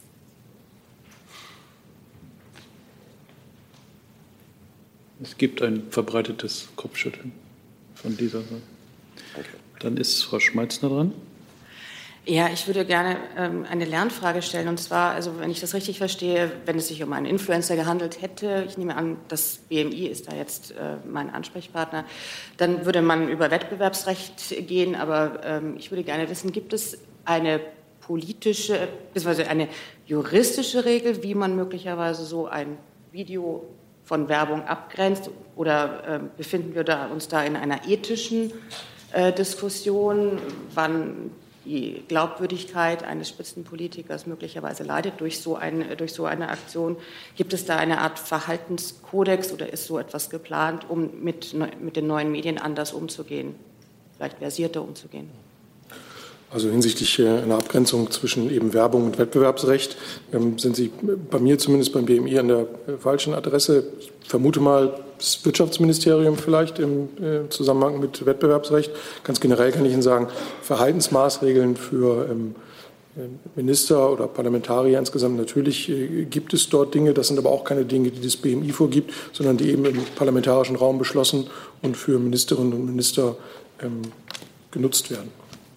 Es gibt ein verbreitetes Kopfschütteln von dieser Seite. Okay. Dann ist Frau Schmeitzner dran. Ja, ich würde gerne ähm, eine Lernfrage stellen. Und zwar, also wenn ich das richtig verstehe, wenn es sich um einen Influencer gehandelt hätte, ich nehme an, das B M I ist da jetzt äh, mein Ansprechpartner, dann würde man über Wettbewerbsrecht gehen. Aber ähm, ich würde gerne wissen, gibt es eine politische bzw. eine juristische Regel, wie man möglicherweise so ein Video von Werbung abgrenzt? Oder äh, befinden wir da, uns da in einer ethischen äh, Diskussion, wann die Glaubwürdigkeit eines Spitzenpolitikers möglicherweise leidet durch so, ein, durch so eine Aktion? Gibt es da eine Art Verhaltenskodex oder ist so etwas geplant, um mit, mit den neuen Medien anders umzugehen, vielleicht versierter umzugehen? Also hinsichtlich einer Abgrenzung zwischen eben Werbung und Wettbewerbsrecht ähm, sind Sie bei mir zumindest beim B M I an der falschen Adresse. Ich vermute mal das Wirtschaftsministerium vielleicht im äh, Zusammenhang mit Wettbewerbsrecht. Ganz generell kann ich Ihnen sagen, Verhaltensmaßregeln für ähm, Minister oder Parlamentarier insgesamt, natürlich äh, gibt es dort Dinge, das sind aber auch keine Dinge, die das B M I vorgibt, sondern die eben im parlamentarischen Raum beschlossen und für Ministerinnen und Minister ähm, genutzt werden.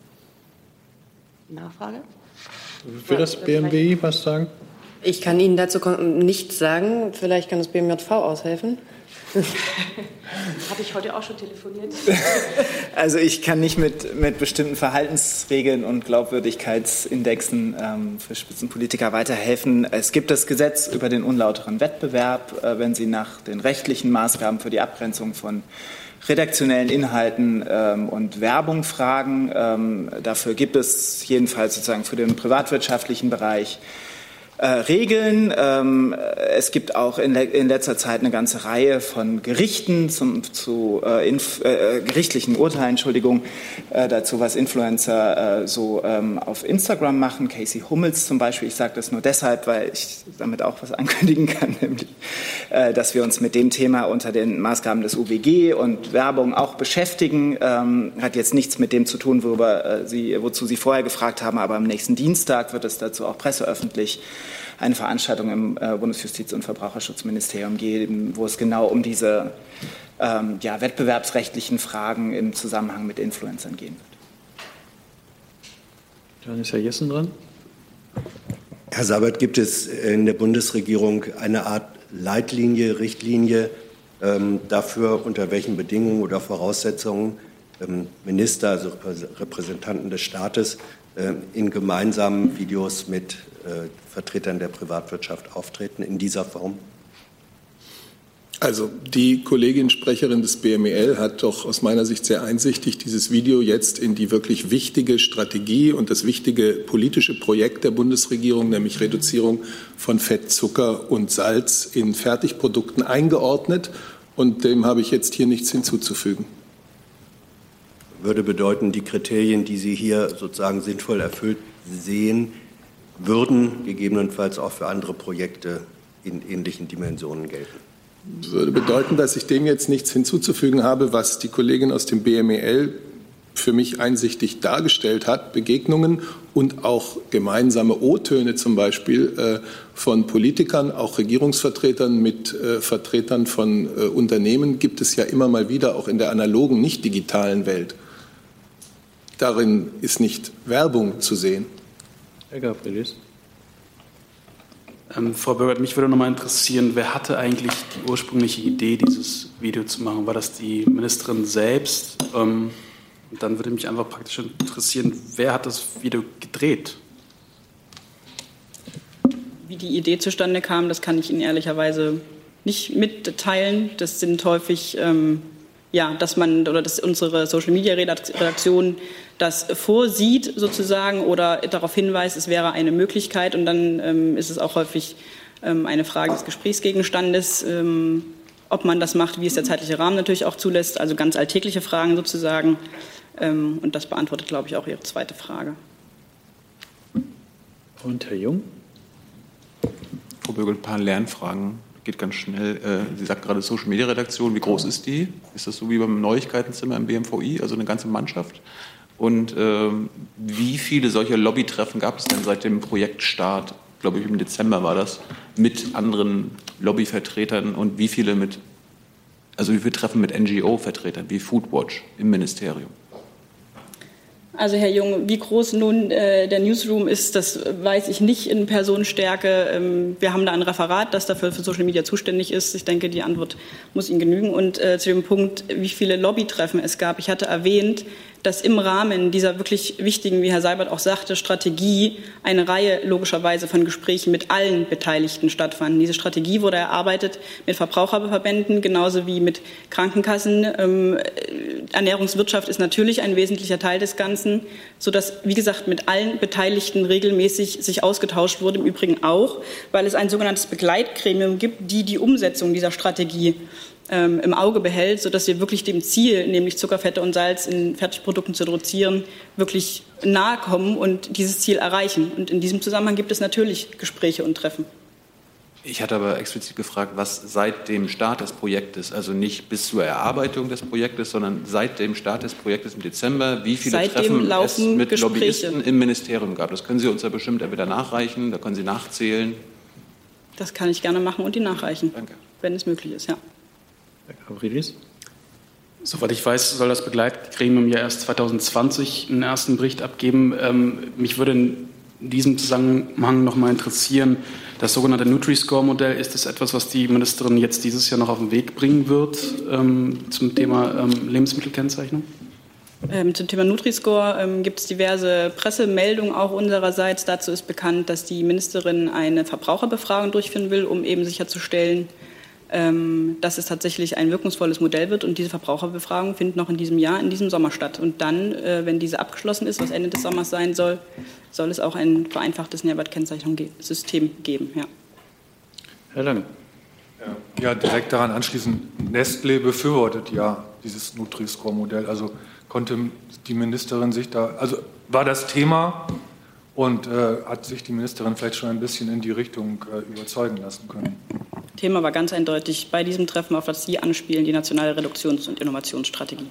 Nachfrage? Will das B M W I was sagen? Ich kann Ihnen dazu nichts sagen. Vielleicht kann das B M J V aushelfen. Habe ich heute auch schon telefoniert. Also ich kann nicht mit, mit bestimmten Verhaltensregeln und Glaubwürdigkeitsindexen ähm, für Spitzenpolitiker weiterhelfen. Es gibt das Gesetz über den unlauteren Wettbewerb. Äh, wenn Sie nach den rechtlichen Maßgaben für die Abgrenzung von redaktionellen Inhalten ähm, und Werbung fragen. Ähm, dafür gibt es jedenfalls sozusagen für den privatwirtschaftlichen Bereich äh, Regeln. Ähm, es gibt auch in, le in letzter Zeit eine ganze Reihe von Gerichten zum, zu äh, inf äh, gerichtlichen Urteilen, Entschuldigung, äh, dazu, was Influencer äh, so ähm, auf Instagram machen. Casey Hummels zum Beispiel. Ich sage das nur deshalb, weil ich damit auch was ankündigen kann, nämlich, äh, dass wir uns mit dem Thema unter den Maßgaben des U W G und Werbung auch beschäftigen. Ähm, hat jetzt nichts mit dem zu tun, worüber, äh, Sie, wozu Sie vorher gefragt haben, aber am nächsten Dienstag wird es dazu auch presseöffentlich eine Veranstaltung im äh, Bundesjustiz- und Verbraucherschutzministerium geben, wo es genau um diese ähm, ja, wettbewerbsrechtlichen Fragen im Zusammenhang mit Influencern gehen wird. Dann ist Herr Jessen dran. Herr Seibert, gibt es in der Bundesregierung eine Art Leitlinie, Richtlinie ähm, dafür, unter welchen Bedingungen oder Voraussetzungen ähm, Minister, also Repräsentanten des Staates, äh, in gemeinsamen Videos mit äh, Vertretern der Privatwirtschaft auftreten in dieser Form? Also die Kollegin Sprecherin des B M E L hat doch aus meiner Sicht sehr einsichtig dieses Video jetzt in die wirklich wichtige Strategie und das wichtige politische Projekt der Bundesregierung, nämlich Reduzierung von Fett, Zucker und Salz in Fertigprodukten eingeordnet. Und dem habe ich jetzt hier nichts hinzuzufügen. Würde bedeuten, die Kriterien, die Sie hier sozusagen sinnvoll erfüllt sehen, würden gegebenenfalls auch für andere Projekte in ähnlichen Dimensionen gelten. Das würde bedeuten, dass ich dem jetzt nichts hinzuzufügen habe, was die Kollegin aus dem B M E L für mich einsichtig dargestellt hat. Begegnungen und auch gemeinsame O-Töne zum Beispiel äh, von Politikern, auch Regierungsvertretern mit äh, Vertretern von äh, Unternehmen gibt es ja immer mal wieder, auch in der analogen, nicht digitalen Welt. Darin ist nicht Werbung zu sehen. Herr Gabrielis. Ähm, Frau Bürgert, mich würde noch mal interessieren, wer hatte eigentlich die ursprüngliche Idee, dieses Video zu machen? War das die Ministerin selbst? Ähm, und dann würde mich einfach praktisch interessieren, wer hat das Video gedreht? Wie die Idee zustande kam, das kann ich Ihnen ehrlicherweise nicht mitteilen. Das sind häufig, ähm, ja, dass man oder dass unsere Social-Media-Redaktion das vorsieht sozusagen oder darauf hinweist, es wäre eine Möglichkeit. Und dann ähm, ist es auch häufig ähm, eine Frage des Gesprächsgegenstandes, ähm, ob man das macht, wie es der zeitliche Rahmen natürlich auch zulässt. Also ganz alltägliche Fragen sozusagen. Ähm, und das beantwortet, glaube ich, auch Ihre zweite Frage. Und Herr Jung? Frau Bögel, ein paar Lernfragen. Geht ganz schnell. Sie sagt gerade Social-Media-Redaktion. Wie groß ist die? Ist das so wie beim Neuigkeitenzimmer im B M V I, also eine ganze Mannschaft? Und ähm, wie viele solcher Lobbytreffen gab es denn seit dem Projektstart, glaube ich im Dezember war das, mit anderen Lobbyvertretern und wie viele mit, also wie viele Treffen mit N G O-Vertretern wie Foodwatch im Ministerium? Also Herr Jung, wie groß nun äh, der Newsroom ist, das weiß ich nicht in Personenstärke. Ähm, wir haben da ein Referat, das dafür für Social Media zuständig ist. Ich denke, die Antwort muss Ihnen genügen. Und äh, zu dem Punkt, wie viele Lobbytreffen es gab. Ich hatte erwähnt, dass im Rahmen dieser wirklich wichtigen, wie Herr Seibert auch sagte, Strategie eine Reihe logischerweise von Gesprächen mit allen Beteiligten stattfanden. Diese Strategie wurde erarbeitet mit Verbraucherverbänden, genauso wie mit Krankenkassen. Ähm, Ernährungswirtschaft ist natürlich ein wesentlicher Teil des Ganzen, sodass, wie gesagt, mit allen Beteiligten regelmäßig sich ausgetauscht wurde. Im Übrigen auch, weil es ein sogenanntes Begleitgremium gibt, die die Umsetzung dieser Strategie ähm, im Auge behält, sodass wir wirklich dem Ziel, nämlich Zucker, Fette und Salz in Fertigprodukten zu reduzieren, wirklich nahe kommen und dieses Ziel erreichen. Und in diesem Zusammenhang gibt es natürlich Gespräche und Treffen. Ich hatte aber explizit gefragt, was seit dem Start des Projektes, also nicht bis zur Erarbeitung des Projektes, sondern seit dem Start des Projektes im Dezember, wie viele Seitdem Treffen es mit Gespräche. Lobbyisten im Ministerium gab. Das können Sie uns ja bestimmt entweder nachreichen, da können Sie nachzählen. Das kann ich gerne machen und die nachreichen, Danke. wenn es möglich ist, ja. Herr Gavrilis. Soweit ich weiß, soll das Begleitgremium ja erst zwanzig zwanzig einen ersten Bericht abgeben. Ähm, mich würde in diesem Zusammenhang noch mal interessieren, das sogenannte Nutri-Score-Modell, ist das etwas, was die Ministerin jetzt dieses Jahr noch auf den Weg bringen wird ähm, zum Thema ähm, Lebensmittelkennzeichnung? Ähm, zum Thema Nutri-Score ähm, gibt es diverse Pressemeldungen auch unsererseits. Dazu ist bekannt, dass die Ministerin eine Verbraucherbefragung durchführen will, um eben sicherzustellen, ähm, dass es tatsächlich ein wirkungsvolles Modell wird. Und diese Verbraucherbefragung findet noch in diesem Jahr, in diesem Sommer statt. Und dann, äh, wenn diese abgeschlossen ist, was Ende des Sommers sein soll, soll es auch ein vereinfachtes Nährwertkennzeichnungssystem geben. Ja. Herr Lange. Ja, ja, direkt daran anschließend. Nestlé befürwortet ja dieses Nutri-Score-Modell. Also konnte die Ministerin sich da, also war das Thema und äh, hat sich die Ministerin vielleicht schon ein bisschen in die Richtung äh, überzeugen lassen können? Thema war ganz eindeutig bei diesem Treffen, auf das Sie anspielen, die nationale Reduktions- und Innovationsstrategie.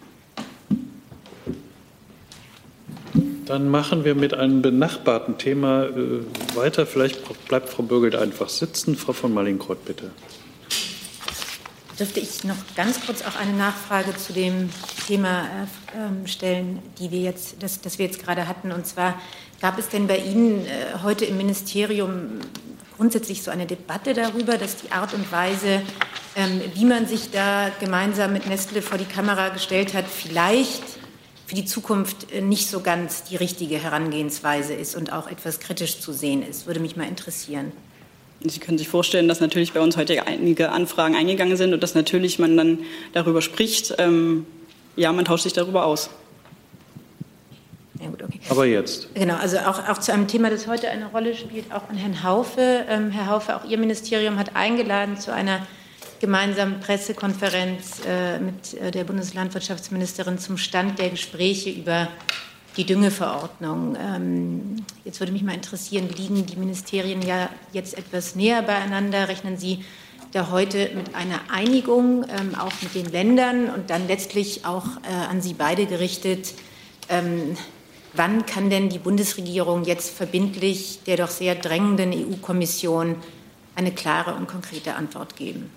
Dann machen wir mit einem benachbarten Thema äh, weiter. Vielleicht bleibt Frau Bürgelt einfach sitzen. Frau von Mallinckrodt, bitte. Dürfte ich noch ganz kurz auch eine Nachfrage zu dem Thema äh, stellen, die wir jetzt, das, das wir jetzt gerade hatten. Und zwar, gab es denn bei Ihnen äh, heute im Ministerium grundsätzlich so eine Debatte darüber, dass die Art und Weise, ähm, wie man sich da gemeinsam mit Nestle vor die Kamera gestellt hat, vielleicht für die Zukunft nicht so ganz die richtige Herangehensweise ist und auch etwas kritisch zu sehen ist? Würde mich mal interessieren. Sie können sich vorstellen, dass natürlich bei uns heute einige Anfragen eingegangen sind und dass natürlich man dann darüber spricht. Ähm, ja, man tauscht sich darüber aus. Ja, gut, okay. Aber jetzt. Genau, also auch, auch zu einem Thema, das heute eine Rolle spielt, auch an Herrn Haufe. Ähm, Herr Haufe, auch Ihr Ministerium hat eingeladen zu einer gemeinsamen Pressekonferenz äh, mit äh, der Bundeslandwirtschaftsministerin zum Stand der Gespräche über die Düngeverordnung. Ähm, jetzt würde mich mal interessieren, liegen die Ministerien ja jetzt etwas näher beieinander? Rechnen Sie da heute mit einer Einigung, ähm, auch mit den Ländern und dann letztlich auch äh, an Sie beide gerichtet? Ähm, wann kann denn die Bundesregierung jetzt verbindlich der doch sehr drängenden E U-Kommission eine klare und konkrete Antwort geben?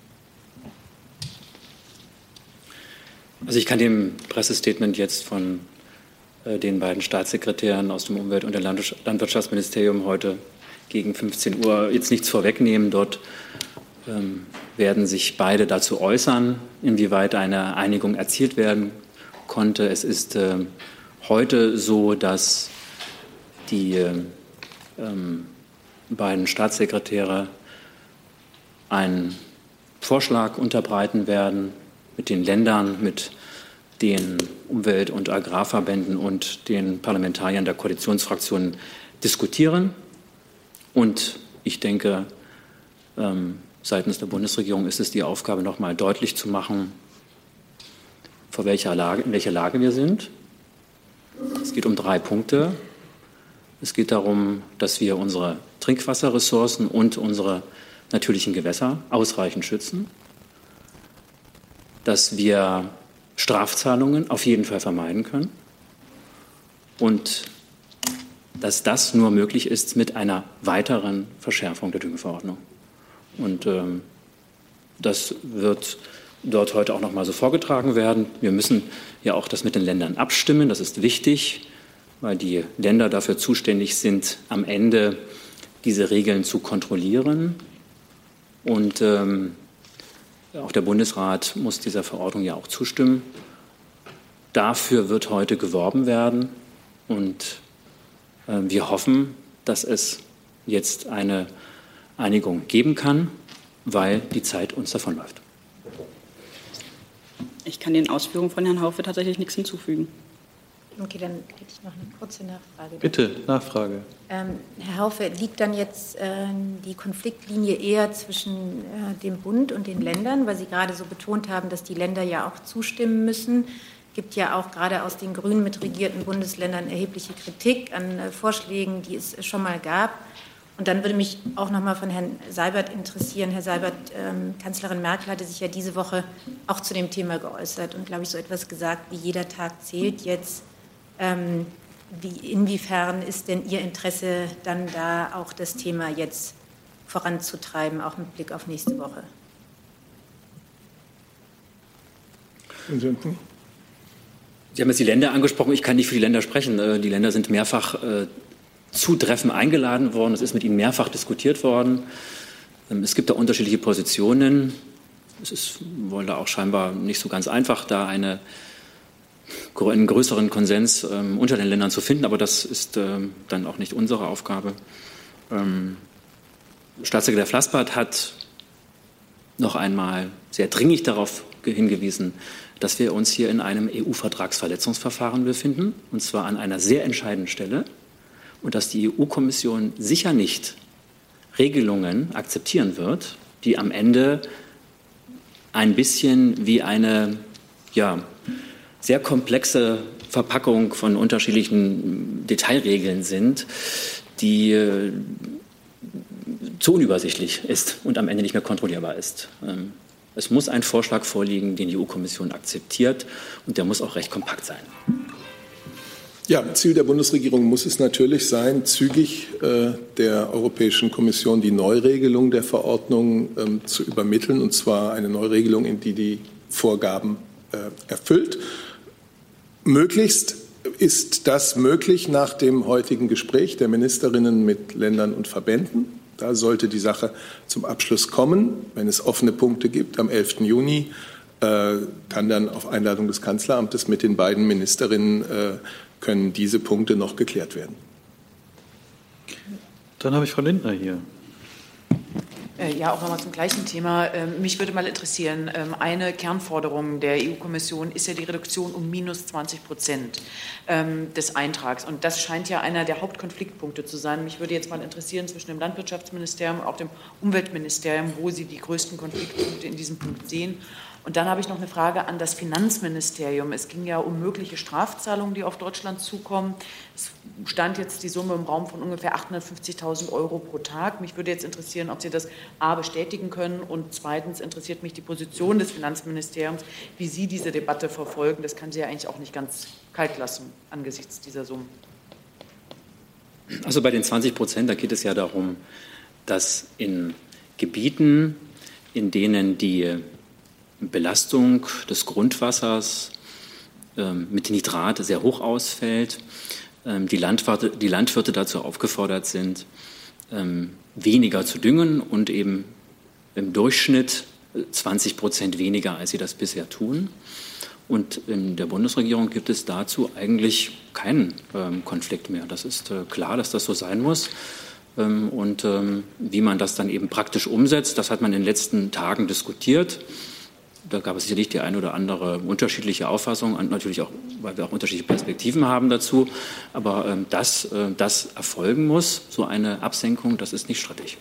Also ich kann dem Pressestatement jetzt von äh, den beiden Staatssekretären aus dem Umwelt- und dem Landwirtschaftsministerium heute gegen fünfzehn Uhr jetzt nichts vorwegnehmen. Dort ähm, werden sich beide dazu äußern, inwieweit eine Einigung erzielt werden konnte. Es ist äh, heute so, dass die äh, ähm, beiden Staatssekretäre einen Vorschlag unterbreiten werden, mit den Ländern, mit den Umwelt- und Agrarverbänden und den Parlamentariern der Koalitionsfraktionen diskutieren. Und ich denke, ähm, seitens der Bundesregierung ist es die Aufgabe, noch mal deutlich zu machen, vor welcher Lage, in welcher Lage wir sind. Es geht um drei Punkte. Es geht darum, dass wir unsere Trinkwasserressourcen und unsere natürlichen Gewässer ausreichend schützen, dass wir Strafzahlungen auf jeden Fall vermeiden können und dass das nur möglich ist mit einer weiteren Verschärfung der Düngeverordnung. Und ähm, das wird dort heute auch noch mal so vorgetragen werden. Wir müssen ja auch das mit den Ländern abstimmen. Das ist wichtig, weil die Länder dafür zuständig sind, am Ende diese Regeln zu kontrollieren. Und ähm, auch der Bundesrat muss dieser Verordnung ja auch zustimmen. Dafür wird heute geworben werden. Und äh, wir hoffen, dass es jetzt eine Einigung geben kann, weil die Zeit uns davonläuft. Ich kann den Ausführungen von Herrn Haufe tatsächlich nichts hinzufügen. Okay, dann hätte ich noch eine kurze Nachfrage. Bitte, Nachfrage. Ähm, Herr Haufe, liegt dann jetzt äh, die Konfliktlinie eher zwischen äh, dem Bund und den Ländern, weil Sie gerade so betont haben, dass die Länder ja auch zustimmen müssen? Es gibt ja auch gerade aus den grün mitregierten Bundesländern erhebliche Kritik an äh, Vorschlägen, die es schon mal gab. Und dann würde mich auch noch mal von Herrn Seibert interessieren. Herr Seibert, ähm, Kanzlerin Merkel hatte sich ja diese Woche auch zu dem Thema geäußert und, glaube ich, so etwas gesagt, wie jeder Tag zählt jetzt. Ähm, wie, inwiefern ist denn Ihr Interesse, dann da auch das Thema jetzt voranzutreiben, auch mit Blick auf nächste Woche? Sie haben jetzt die Länder angesprochen. Ich kann nicht für die Länder sprechen. Die Länder sind mehrfach äh, zu Treffen eingeladen worden. Es ist mit ihnen mehrfach diskutiert worden. Ähm, es gibt da unterschiedliche Positionen. Es ist wohl da auch scheinbar nicht so ganz einfach, da eine einen größeren Konsens ähm, unter den Ländern zu finden, aber das ist ähm, dann auch nicht unsere Aufgabe. Ähm, Staatssekretär Flassbart hat noch einmal sehr dringlich darauf hingewiesen, dass wir uns hier in einem E U-Vertragsverletzungsverfahren befinden, und zwar an einer sehr entscheidenden Stelle. und dass die E U-Kommission sicher nicht Regelungen akzeptieren wird, die am Ende ein bisschen wie eine ja, sehr komplexe Verpackung von unterschiedlichen Detailregeln sind, die äh, zu unübersichtlich ist und am Ende nicht mehr kontrollierbar ist. Ähm, es muss ein Vorschlag vorliegen, den die E U-Kommission akzeptiert, und der muss auch recht kompakt sein. Ja, Ziel der Bundesregierung muss es natürlich sein, zügig äh, der Europäischen Kommission die Neuregelung der Verordnung ähm, zu übermitteln, und zwar eine Neuregelung, in die die Vorgaben äh, erfüllt. Möglichst ist das möglich nach dem heutigen Gespräch der Ministerinnen mit Ländern und Verbänden. Da sollte die Sache zum Abschluss kommen. Wenn es offene Punkte gibt, am elften Juni äh, kann dann auf Einladung des Kanzleramtes mit den beiden Ministerinnen äh, können diese Punkte noch geklärt werden. Dann habe ich Frau Lindner hier. Ja, auch nochmal zum gleichen Thema. Mich würde mal interessieren, eine Kernforderung der E U-Kommission ist ja die Reduktion um minus zwanzig Prozent des Eintrags. Und das scheint ja einer der Hauptkonfliktpunkte zu sein. Mich würde jetzt mal interessieren zwischen dem Landwirtschaftsministerium und auch dem Umweltministerium, wo Sie die größten Konfliktpunkte in diesem Punkt sehen. Und dann habe ich noch eine Frage an das Finanzministerium. Es ging ja um mögliche Strafzahlungen, die auf Deutschland zukommen. Es stand jetzt die Summe im Raum von ungefähr achthundertfünfzigtausend Euro pro Tag. Mich würde jetzt interessieren, ob Sie das A bestätigen können, und zweitens interessiert mich die Position des Finanzministeriums, wie Sie diese Debatte verfolgen. Das kann Sie ja eigentlich auch nicht ganz kalt lassen angesichts dieser Summen. Also bei den zwanzig Prozent, da geht es ja darum, dass in Gebieten, in denen die Belastung des Grundwassers ähm, mit Nitrat sehr hoch ausfällt, ähm, die, Landwirte, die Landwirte dazu aufgefordert sind, ähm, weniger zu düngen und eben im Durchschnitt zwanzig Prozent weniger, als sie das bisher tun. Und in der Bundesregierung gibt es dazu eigentlich keinen ähm, Konflikt mehr. Das ist äh, klar, dass das so sein muss. Ähm, und ähm, wie man das dann eben praktisch umsetzt, das hat man in den letzten Tagen diskutiert. Da gab es sicherlich die eine oder andere unterschiedliche Auffassung, natürlich auch, weil wir auch unterschiedliche Perspektiven haben dazu. Aber ähm, dass äh, das erfolgen muss, so eine Absenkung, das ist nicht strittig.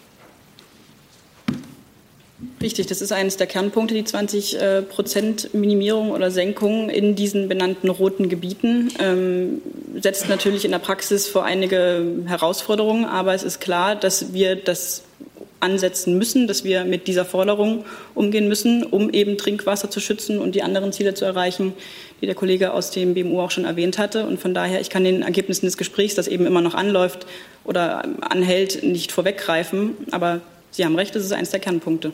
Richtig, das ist eines der Kernpunkte, die zwanzig Prozent Minimierung oder Senkung in diesen benannten roten Gebieten. Ähm, setzt natürlich in der Praxis vor einige Herausforderungen, aber es ist klar, dass wir das ansetzen müssen, dass wir mit dieser Forderung umgehen müssen, um eben Trinkwasser zu schützen und die anderen Ziele zu erreichen, die der Kollege aus dem B M U auch schon erwähnt hatte. Und von daher, ich kann den Ergebnissen des Gesprächs, das eben immer noch anläuft oder anhält, nicht vorweggreifen. Aber Sie haben recht, das ist eines der Kernpunkte.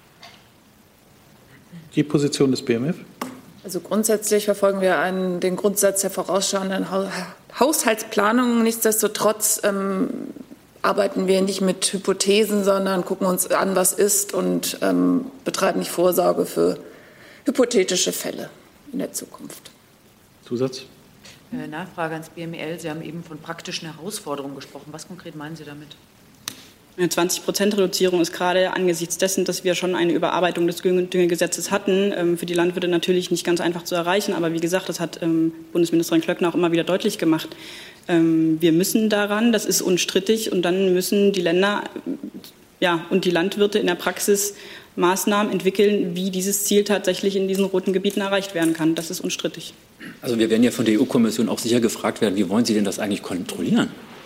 Die Position des B M F? Also grundsätzlich verfolgen wir einen, den Grundsatz der vorausschauenden Haushaltsplanung. Nichtsdestotrotz ähm, arbeiten wir nicht mit Hypothesen, sondern gucken uns an, was ist, und ähm, betreiben nicht Vorsorge für hypothetische Fälle in der Zukunft. Zusatz? Nachfrage ans B M L. Sie haben eben von praktischen Herausforderungen gesprochen. Was konkret meinen Sie damit? Eine zwanzig Prozent Reduzierung ist gerade angesichts dessen, dass wir schon eine Überarbeitung des Düngegesetzes hatten, für die Landwirte natürlich nicht ganz einfach zu erreichen. Aber wie gesagt, das hat Bundesministerin Klöckner auch immer wieder deutlich gemacht. Wir müssen daran, das ist unstrittig, und dann müssen die Länder ja, und die Landwirte in der Praxis Maßnahmen entwickeln, wie dieses Ziel tatsächlich in diesen roten Gebieten erreicht werden kann. Das ist unstrittig. Also wir werden ja von der E U-Kommission auch sicher gefragt werden, wie wollen Sie denn das eigentlich kontrollieren?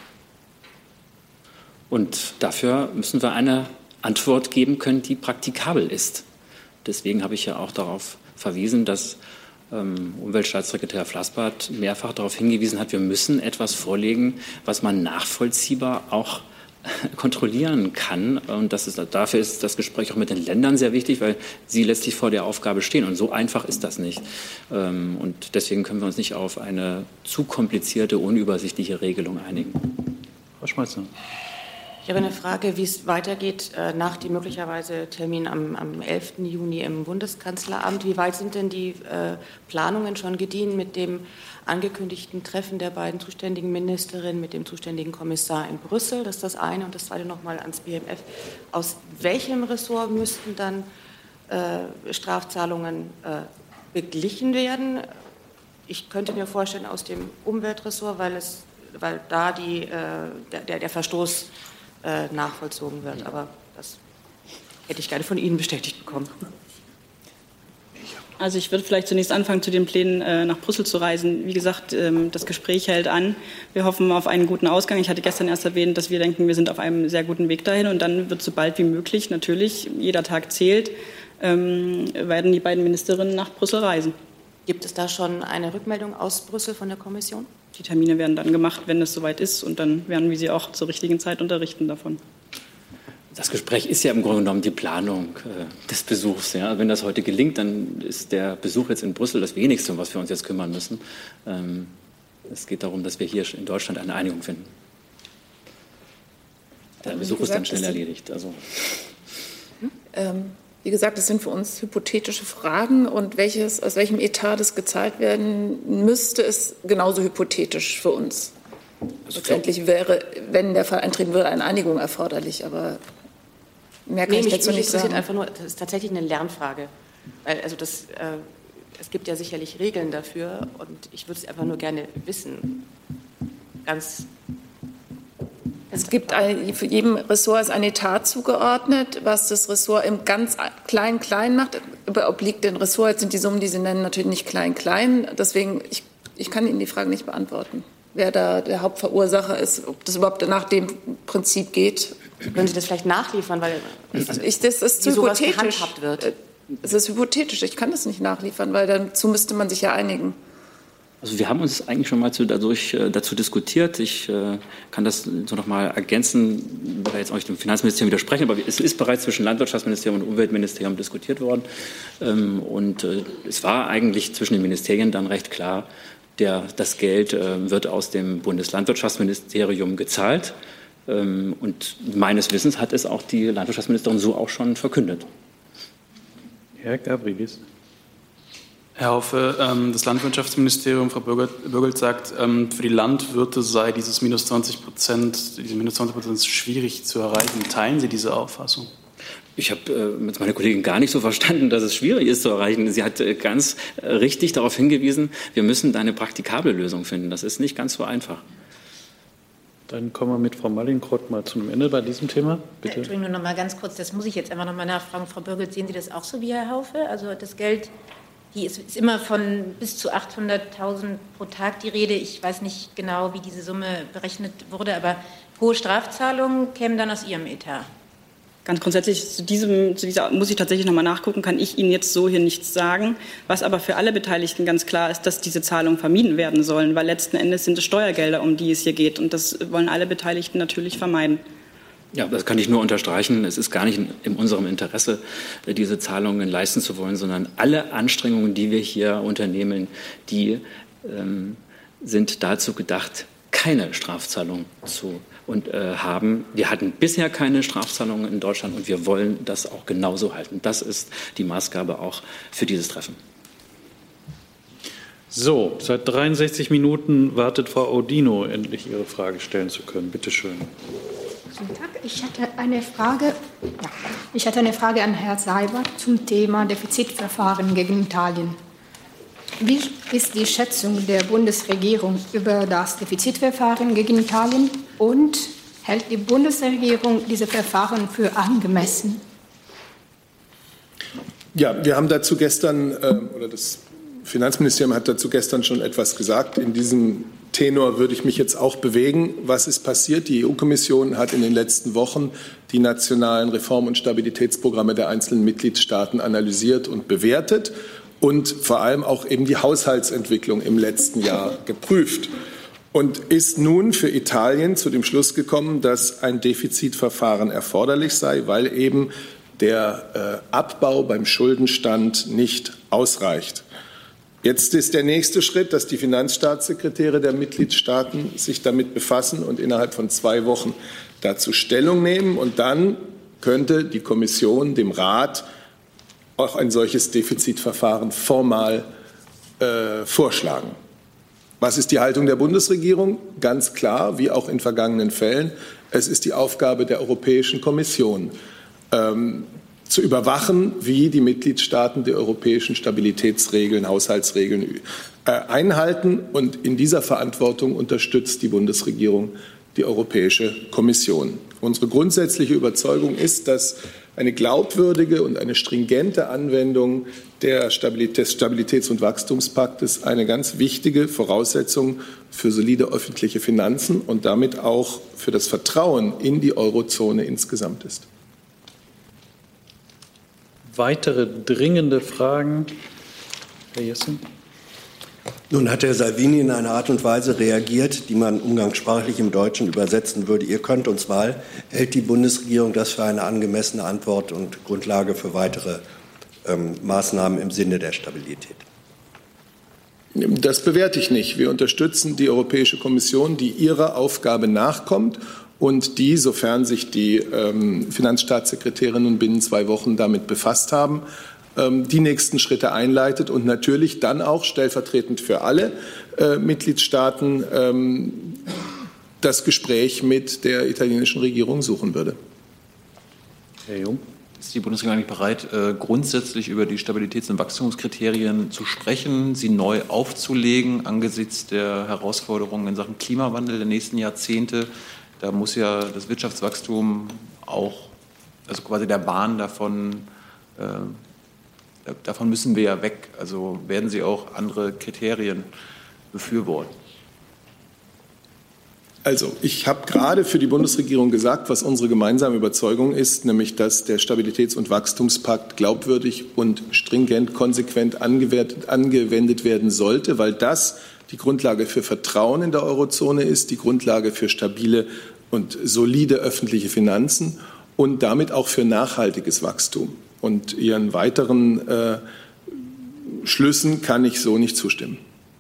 Und dafür müssen wir eine Antwort geben können, die praktikabel ist. Deswegen habe ich ja auch darauf verwiesen, dass ähm, Umweltstaatssekretär Flassbart mehrfach darauf hingewiesen hat, wir müssen etwas vorlegen, was man nachvollziehbar auch kontrollieren kann. Und das ist, dafür ist das Gespräch auch mit den Ländern sehr wichtig, weil sie letztlich vor der Aufgabe stehen. Und so einfach ist das nicht. Ähm, und deswegen können wir uns nicht auf eine zu komplizierte, unübersichtliche Regelung einigen. Frau Schmalzner. Ich habe eine Frage, wie es weitergeht äh, nach dem möglicherweise Termin am, am elften Juni im Bundeskanzleramt. Wie weit sind denn die äh, Planungen schon gediehen mit dem angekündigten Treffen der beiden zuständigen Ministerinnen mit dem zuständigen Kommissar in Brüssel? Das ist das eine. Und das zweite noch mal ans B M F. Aus welchem Ressort müssten dann äh, Strafzahlungen äh, beglichen werden? Ich könnte mir vorstellen, aus dem Umweltressort, weil es weil da die, äh, der, der Verstoß äh, nachvollzogen wird. Aber das hätte ich gerne von Ihnen bestätigt bekommen. Also ich würde vielleicht zunächst anfangen, zu den Plänen äh, nach Brüssel zu reisen. Wie gesagt, ähm, das Gespräch hält an. Wir hoffen auf einen guten Ausgang. Ich hatte gestern erst erwähnt, dass wir denken, wir sind auf einem sehr guten Weg dahin. Und dann wird so bald wie möglich, natürlich, jeder Tag zählt, ähm, werden die beiden Ministerinnen nach Brüssel reisen. Gibt es da schon eine Rückmeldung aus Brüssel von der Kommission? Die Termine werden dann gemacht, wenn es soweit ist. Und dann werden wir Sie auch zur richtigen Zeit unterrichten davon. Das Gespräch ist ja im Grunde genommen die Planung äh, des Besuchs. Ja? Wenn das heute gelingt, dann ist der Besuch jetzt in Brüssel das Wenigste, um was wir uns jetzt kümmern müssen. Ähm, es geht darum, dass wir hier in Deutschland eine Einigung finden. Der Aber Besuch gesagt, ist dann schnell erledigt. Also. Ähm, wie gesagt, das sind für uns hypothetische Fragen und welches, aus welchem Etat das gezahlt werden müsste, ist genauso hypothetisch für uns. Also letztendlich wäre, wenn der Fall eintreten würde, eine Einigung erforderlich, aber mehr kann nee, ich mich, dazu mich nicht interessiert sagen. einfach nur, das ist tatsächlich eine Lernfrage. Weil, also das, äh, es gibt ja sicherlich Regeln dafür und ich würde es einfach nur gerne wissen. Ganz. Es gibt ein, für jedem Ressort ist ein Etat zugeordnet, was das Ressort im ganz klein-klein macht. Obliegt den Ressort, jetzt sind die Summen, die Sie nennen, natürlich nicht klein-klein. Deswegen, ich, ich kann Ihnen die Frage nicht beantworten, wer da der Hauptverursacher ist, ob das überhaupt nach dem Prinzip geht. Können Sie das vielleicht nachliefern, weil also ich, das ist wie zu sowas hypothetisch. gehandhabt wird? Es ist hypothetisch, ich kann das nicht nachliefern, weil dazu müsste man sich ja einigen. Also wir haben uns eigentlich schon mal zu, dadurch, äh, dazu diskutiert. Ich äh, kann das so noch mal ergänzen, weil jetzt auch nicht dem Finanzministerium widersprechen, aber es ist bereits zwischen Landwirtschaftsministerium und Umweltministerium diskutiert worden. Ähm, und äh, es war eigentlich zwischen den Ministerien dann recht klar, der, das Geld äh, wird aus dem Bundeslandwirtschaftsministerium gezahlt. Ähm, und meines Wissens hat es auch die Landwirtschaftsministerin so auch schon verkündet. Herr Gavrilis. Herr Haufe, ähm, das Landwirtschaftsministerium, Frau Bürgelt, sagt, ähm, für die Landwirte sei dieses minus zwanzig Prozent, diese minus zwanzig Prozent schwierig zu erreichen. Teilen Sie diese Auffassung? Ich habe äh, mit meiner Kollegin gar nicht so verstanden, dass es schwierig ist zu erreichen. Sie hat äh, ganz äh, richtig darauf hingewiesen, wir müssen da eine praktikable Lösung finden. Das ist nicht ganz so einfach. Dann kommen wir mit Frau Mallinckrodt mal zum Ende bei diesem Thema. Bitte. Entschuldigung, noch mal ganz kurz, das muss ich jetzt einfach noch mal nachfragen. Frau Bürgelt, sehen Sie das auch so wie Herr Haufe? Also das Geld, die ist, ist immer von bis zu achthunderttausend pro Tag die Rede. Ich weiß nicht genau, wie diese Summe berechnet wurde, aber hohe Strafzahlungen kämen dann aus Ihrem Etat. Ganz grundsätzlich zu, diesem, zu dieser muss ich tatsächlich noch mal nachgucken, kann ich Ihnen jetzt so hier nichts sagen. Was aber für alle Beteiligten ganz klar ist, dass diese Zahlungen vermieden werden sollen, weil letzten Endes sind es Steuergelder, um die es hier geht. Und das wollen alle Beteiligten natürlich vermeiden. Ja, das kann ich nur unterstreichen. Es ist gar nicht in, in unserem Interesse, diese Zahlungen leisten zu wollen, sondern alle Anstrengungen, die wir hier unternehmen, die ähm, sind dazu gedacht, keine Strafzahlung zu und, äh, haben. Wir hatten bisher keine Strafzahlungen in Deutschland und wir wollen das auch genauso halten. Das ist die Maßgabe auch für dieses Treffen. So, seit dreiundsechzig Minuten wartet Frau Audino, endlich ihre Frage stellen zu können. Bitte schön. Guten Tag. Ich hatte eine Frage, ja, ich hatte eine Frage an Herrn Seibert zum Thema Defizitverfahren gegen Italien. Wie ist die Schätzung der Bundesregierung über das Defizitverfahren gegen Italien und hält die Bundesregierung diese Verfahren für angemessen? Ja, wir haben dazu gestern, äh, oder das Finanzministerium hat dazu gestern schon etwas gesagt. In diesem Tenor würde ich mich jetzt auch bewegen. Was ist passiert? Die E U-Kommission hat in den letzten Wochen die nationalen Reform- und Stabilitätsprogramme der einzelnen Mitgliedstaaten analysiert und bewertet und vor allem auch eben die Haushaltsentwicklung im letzten Jahr geprüft und ist nun für Italien zu dem Schluss gekommen, dass ein Defizitverfahren erforderlich sei, weil eben der äh, Abbau beim Schuldenstand nicht ausreicht. Jetzt ist der nächste Schritt, dass die Finanzstaatssekretäre der Mitgliedstaaten sich damit befassen und innerhalb von zwei Wochen dazu Stellung nehmen. Und dann könnte die Kommission dem Rat auch ein solches Defizitverfahren formal äh, vorschlagen. Was ist die Haltung der Bundesregierung? Ganz klar, wie auch in vergangenen Fällen, es ist die Aufgabe der Europäischen Kommission, ähm, zu überwachen, wie die Mitgliedstaaten die europäischen Stabilitätsregeln, Haushaltsregeln äh, einhalten. Und in dieser Verantwortung unterstützt die Bundesregierung die Europäische Kommission. Unsere grundsätzliche Überzeugung ist, dass eine glaubwürdige und eine stringente Anwendung der Stabilität, des Stabilitäts- und Wachstumspaktes eine ganz wichtige Voraussetzung für solide öffentliche Finanzen und damit auch für das Vertrauen in die Eurozone insgesamt ist. Weitere dringende Fragen? Herr Jessen? Nun hat Herr Salvini in einer Art und Weise reagiert, die man umgangssprachlich im Deutschen übersetzen würde. Ihr könnt uns mal. Hält die Bundesregierung das für eine angemessene Antwort und Grundlage für weitere ähm, Maßnahmen im Sinne der Stabilität? Das bewerte ich nicht. Wir unterstützen die Europäische Kommission, die ihrer Aufgabe nachkommt und die, sofern sich die ähm, Finanzstaatssekretäre nun binnen zwei Wochen damit befasst haben, ähm, die nächsten Schritte einleitet und natürlich dann auch stellvertretend für alle äh, Mitgliedstaaten ähm, das Gespräch mit der italienischen Regierung suchen würde. Herr Jung. Ist die Bundesregierung eigentlich bereit, äh, grundsätzlich über die Stabilitäts- und Wachstumskriterien zu sprechen, sie neu aufzulegen angesichts der Herausforderungen in Sachen Klimawandel der nächsten Jahrzehnte? Da muss ja das Wirtschaftswachstum auch, also quasi der Bahn davon, äh, davon müssen wir ja weg. Also werden Sie auch andere Kriterien befürworten? Also ich habe gerade für die Bundesregierung gesagt, was unsere gemeinsame Überzeugung ist, nämlich dass der Stabilitäts- und Wachstumspakt glaubwürdig und stringent, konsequent angewendet werden sollte, weil das die Grundlage für Vertrauen in der Eurozone ist, die Grundlage für stabile und solide öffentliche Finanzen und damit auch für nachhaltiges Wachstum. Und Ihren weiteren äh, Schlüssen kann ich so nicht zustimmen.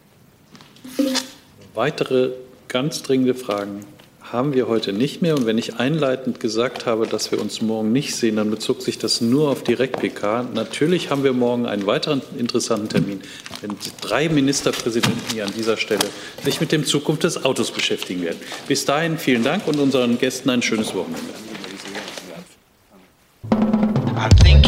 Weitere ganz dringende Fragen haben wir heute nicht mehr. Und wenn ich einleitend gesagt habe, dass wir uns morgen nicht sehen, dann bezog sich das nur auf die R E C P K. Natürlich haben wir morgen einen weiteren interessanten Termin, wenn drei Ministerpräsidenten hier an dieser Stelle sich mit der Zukunft des Autos beschäftigen werden. Bis dahin vielen Dank und unseren Gästen ein schönes Wochenende.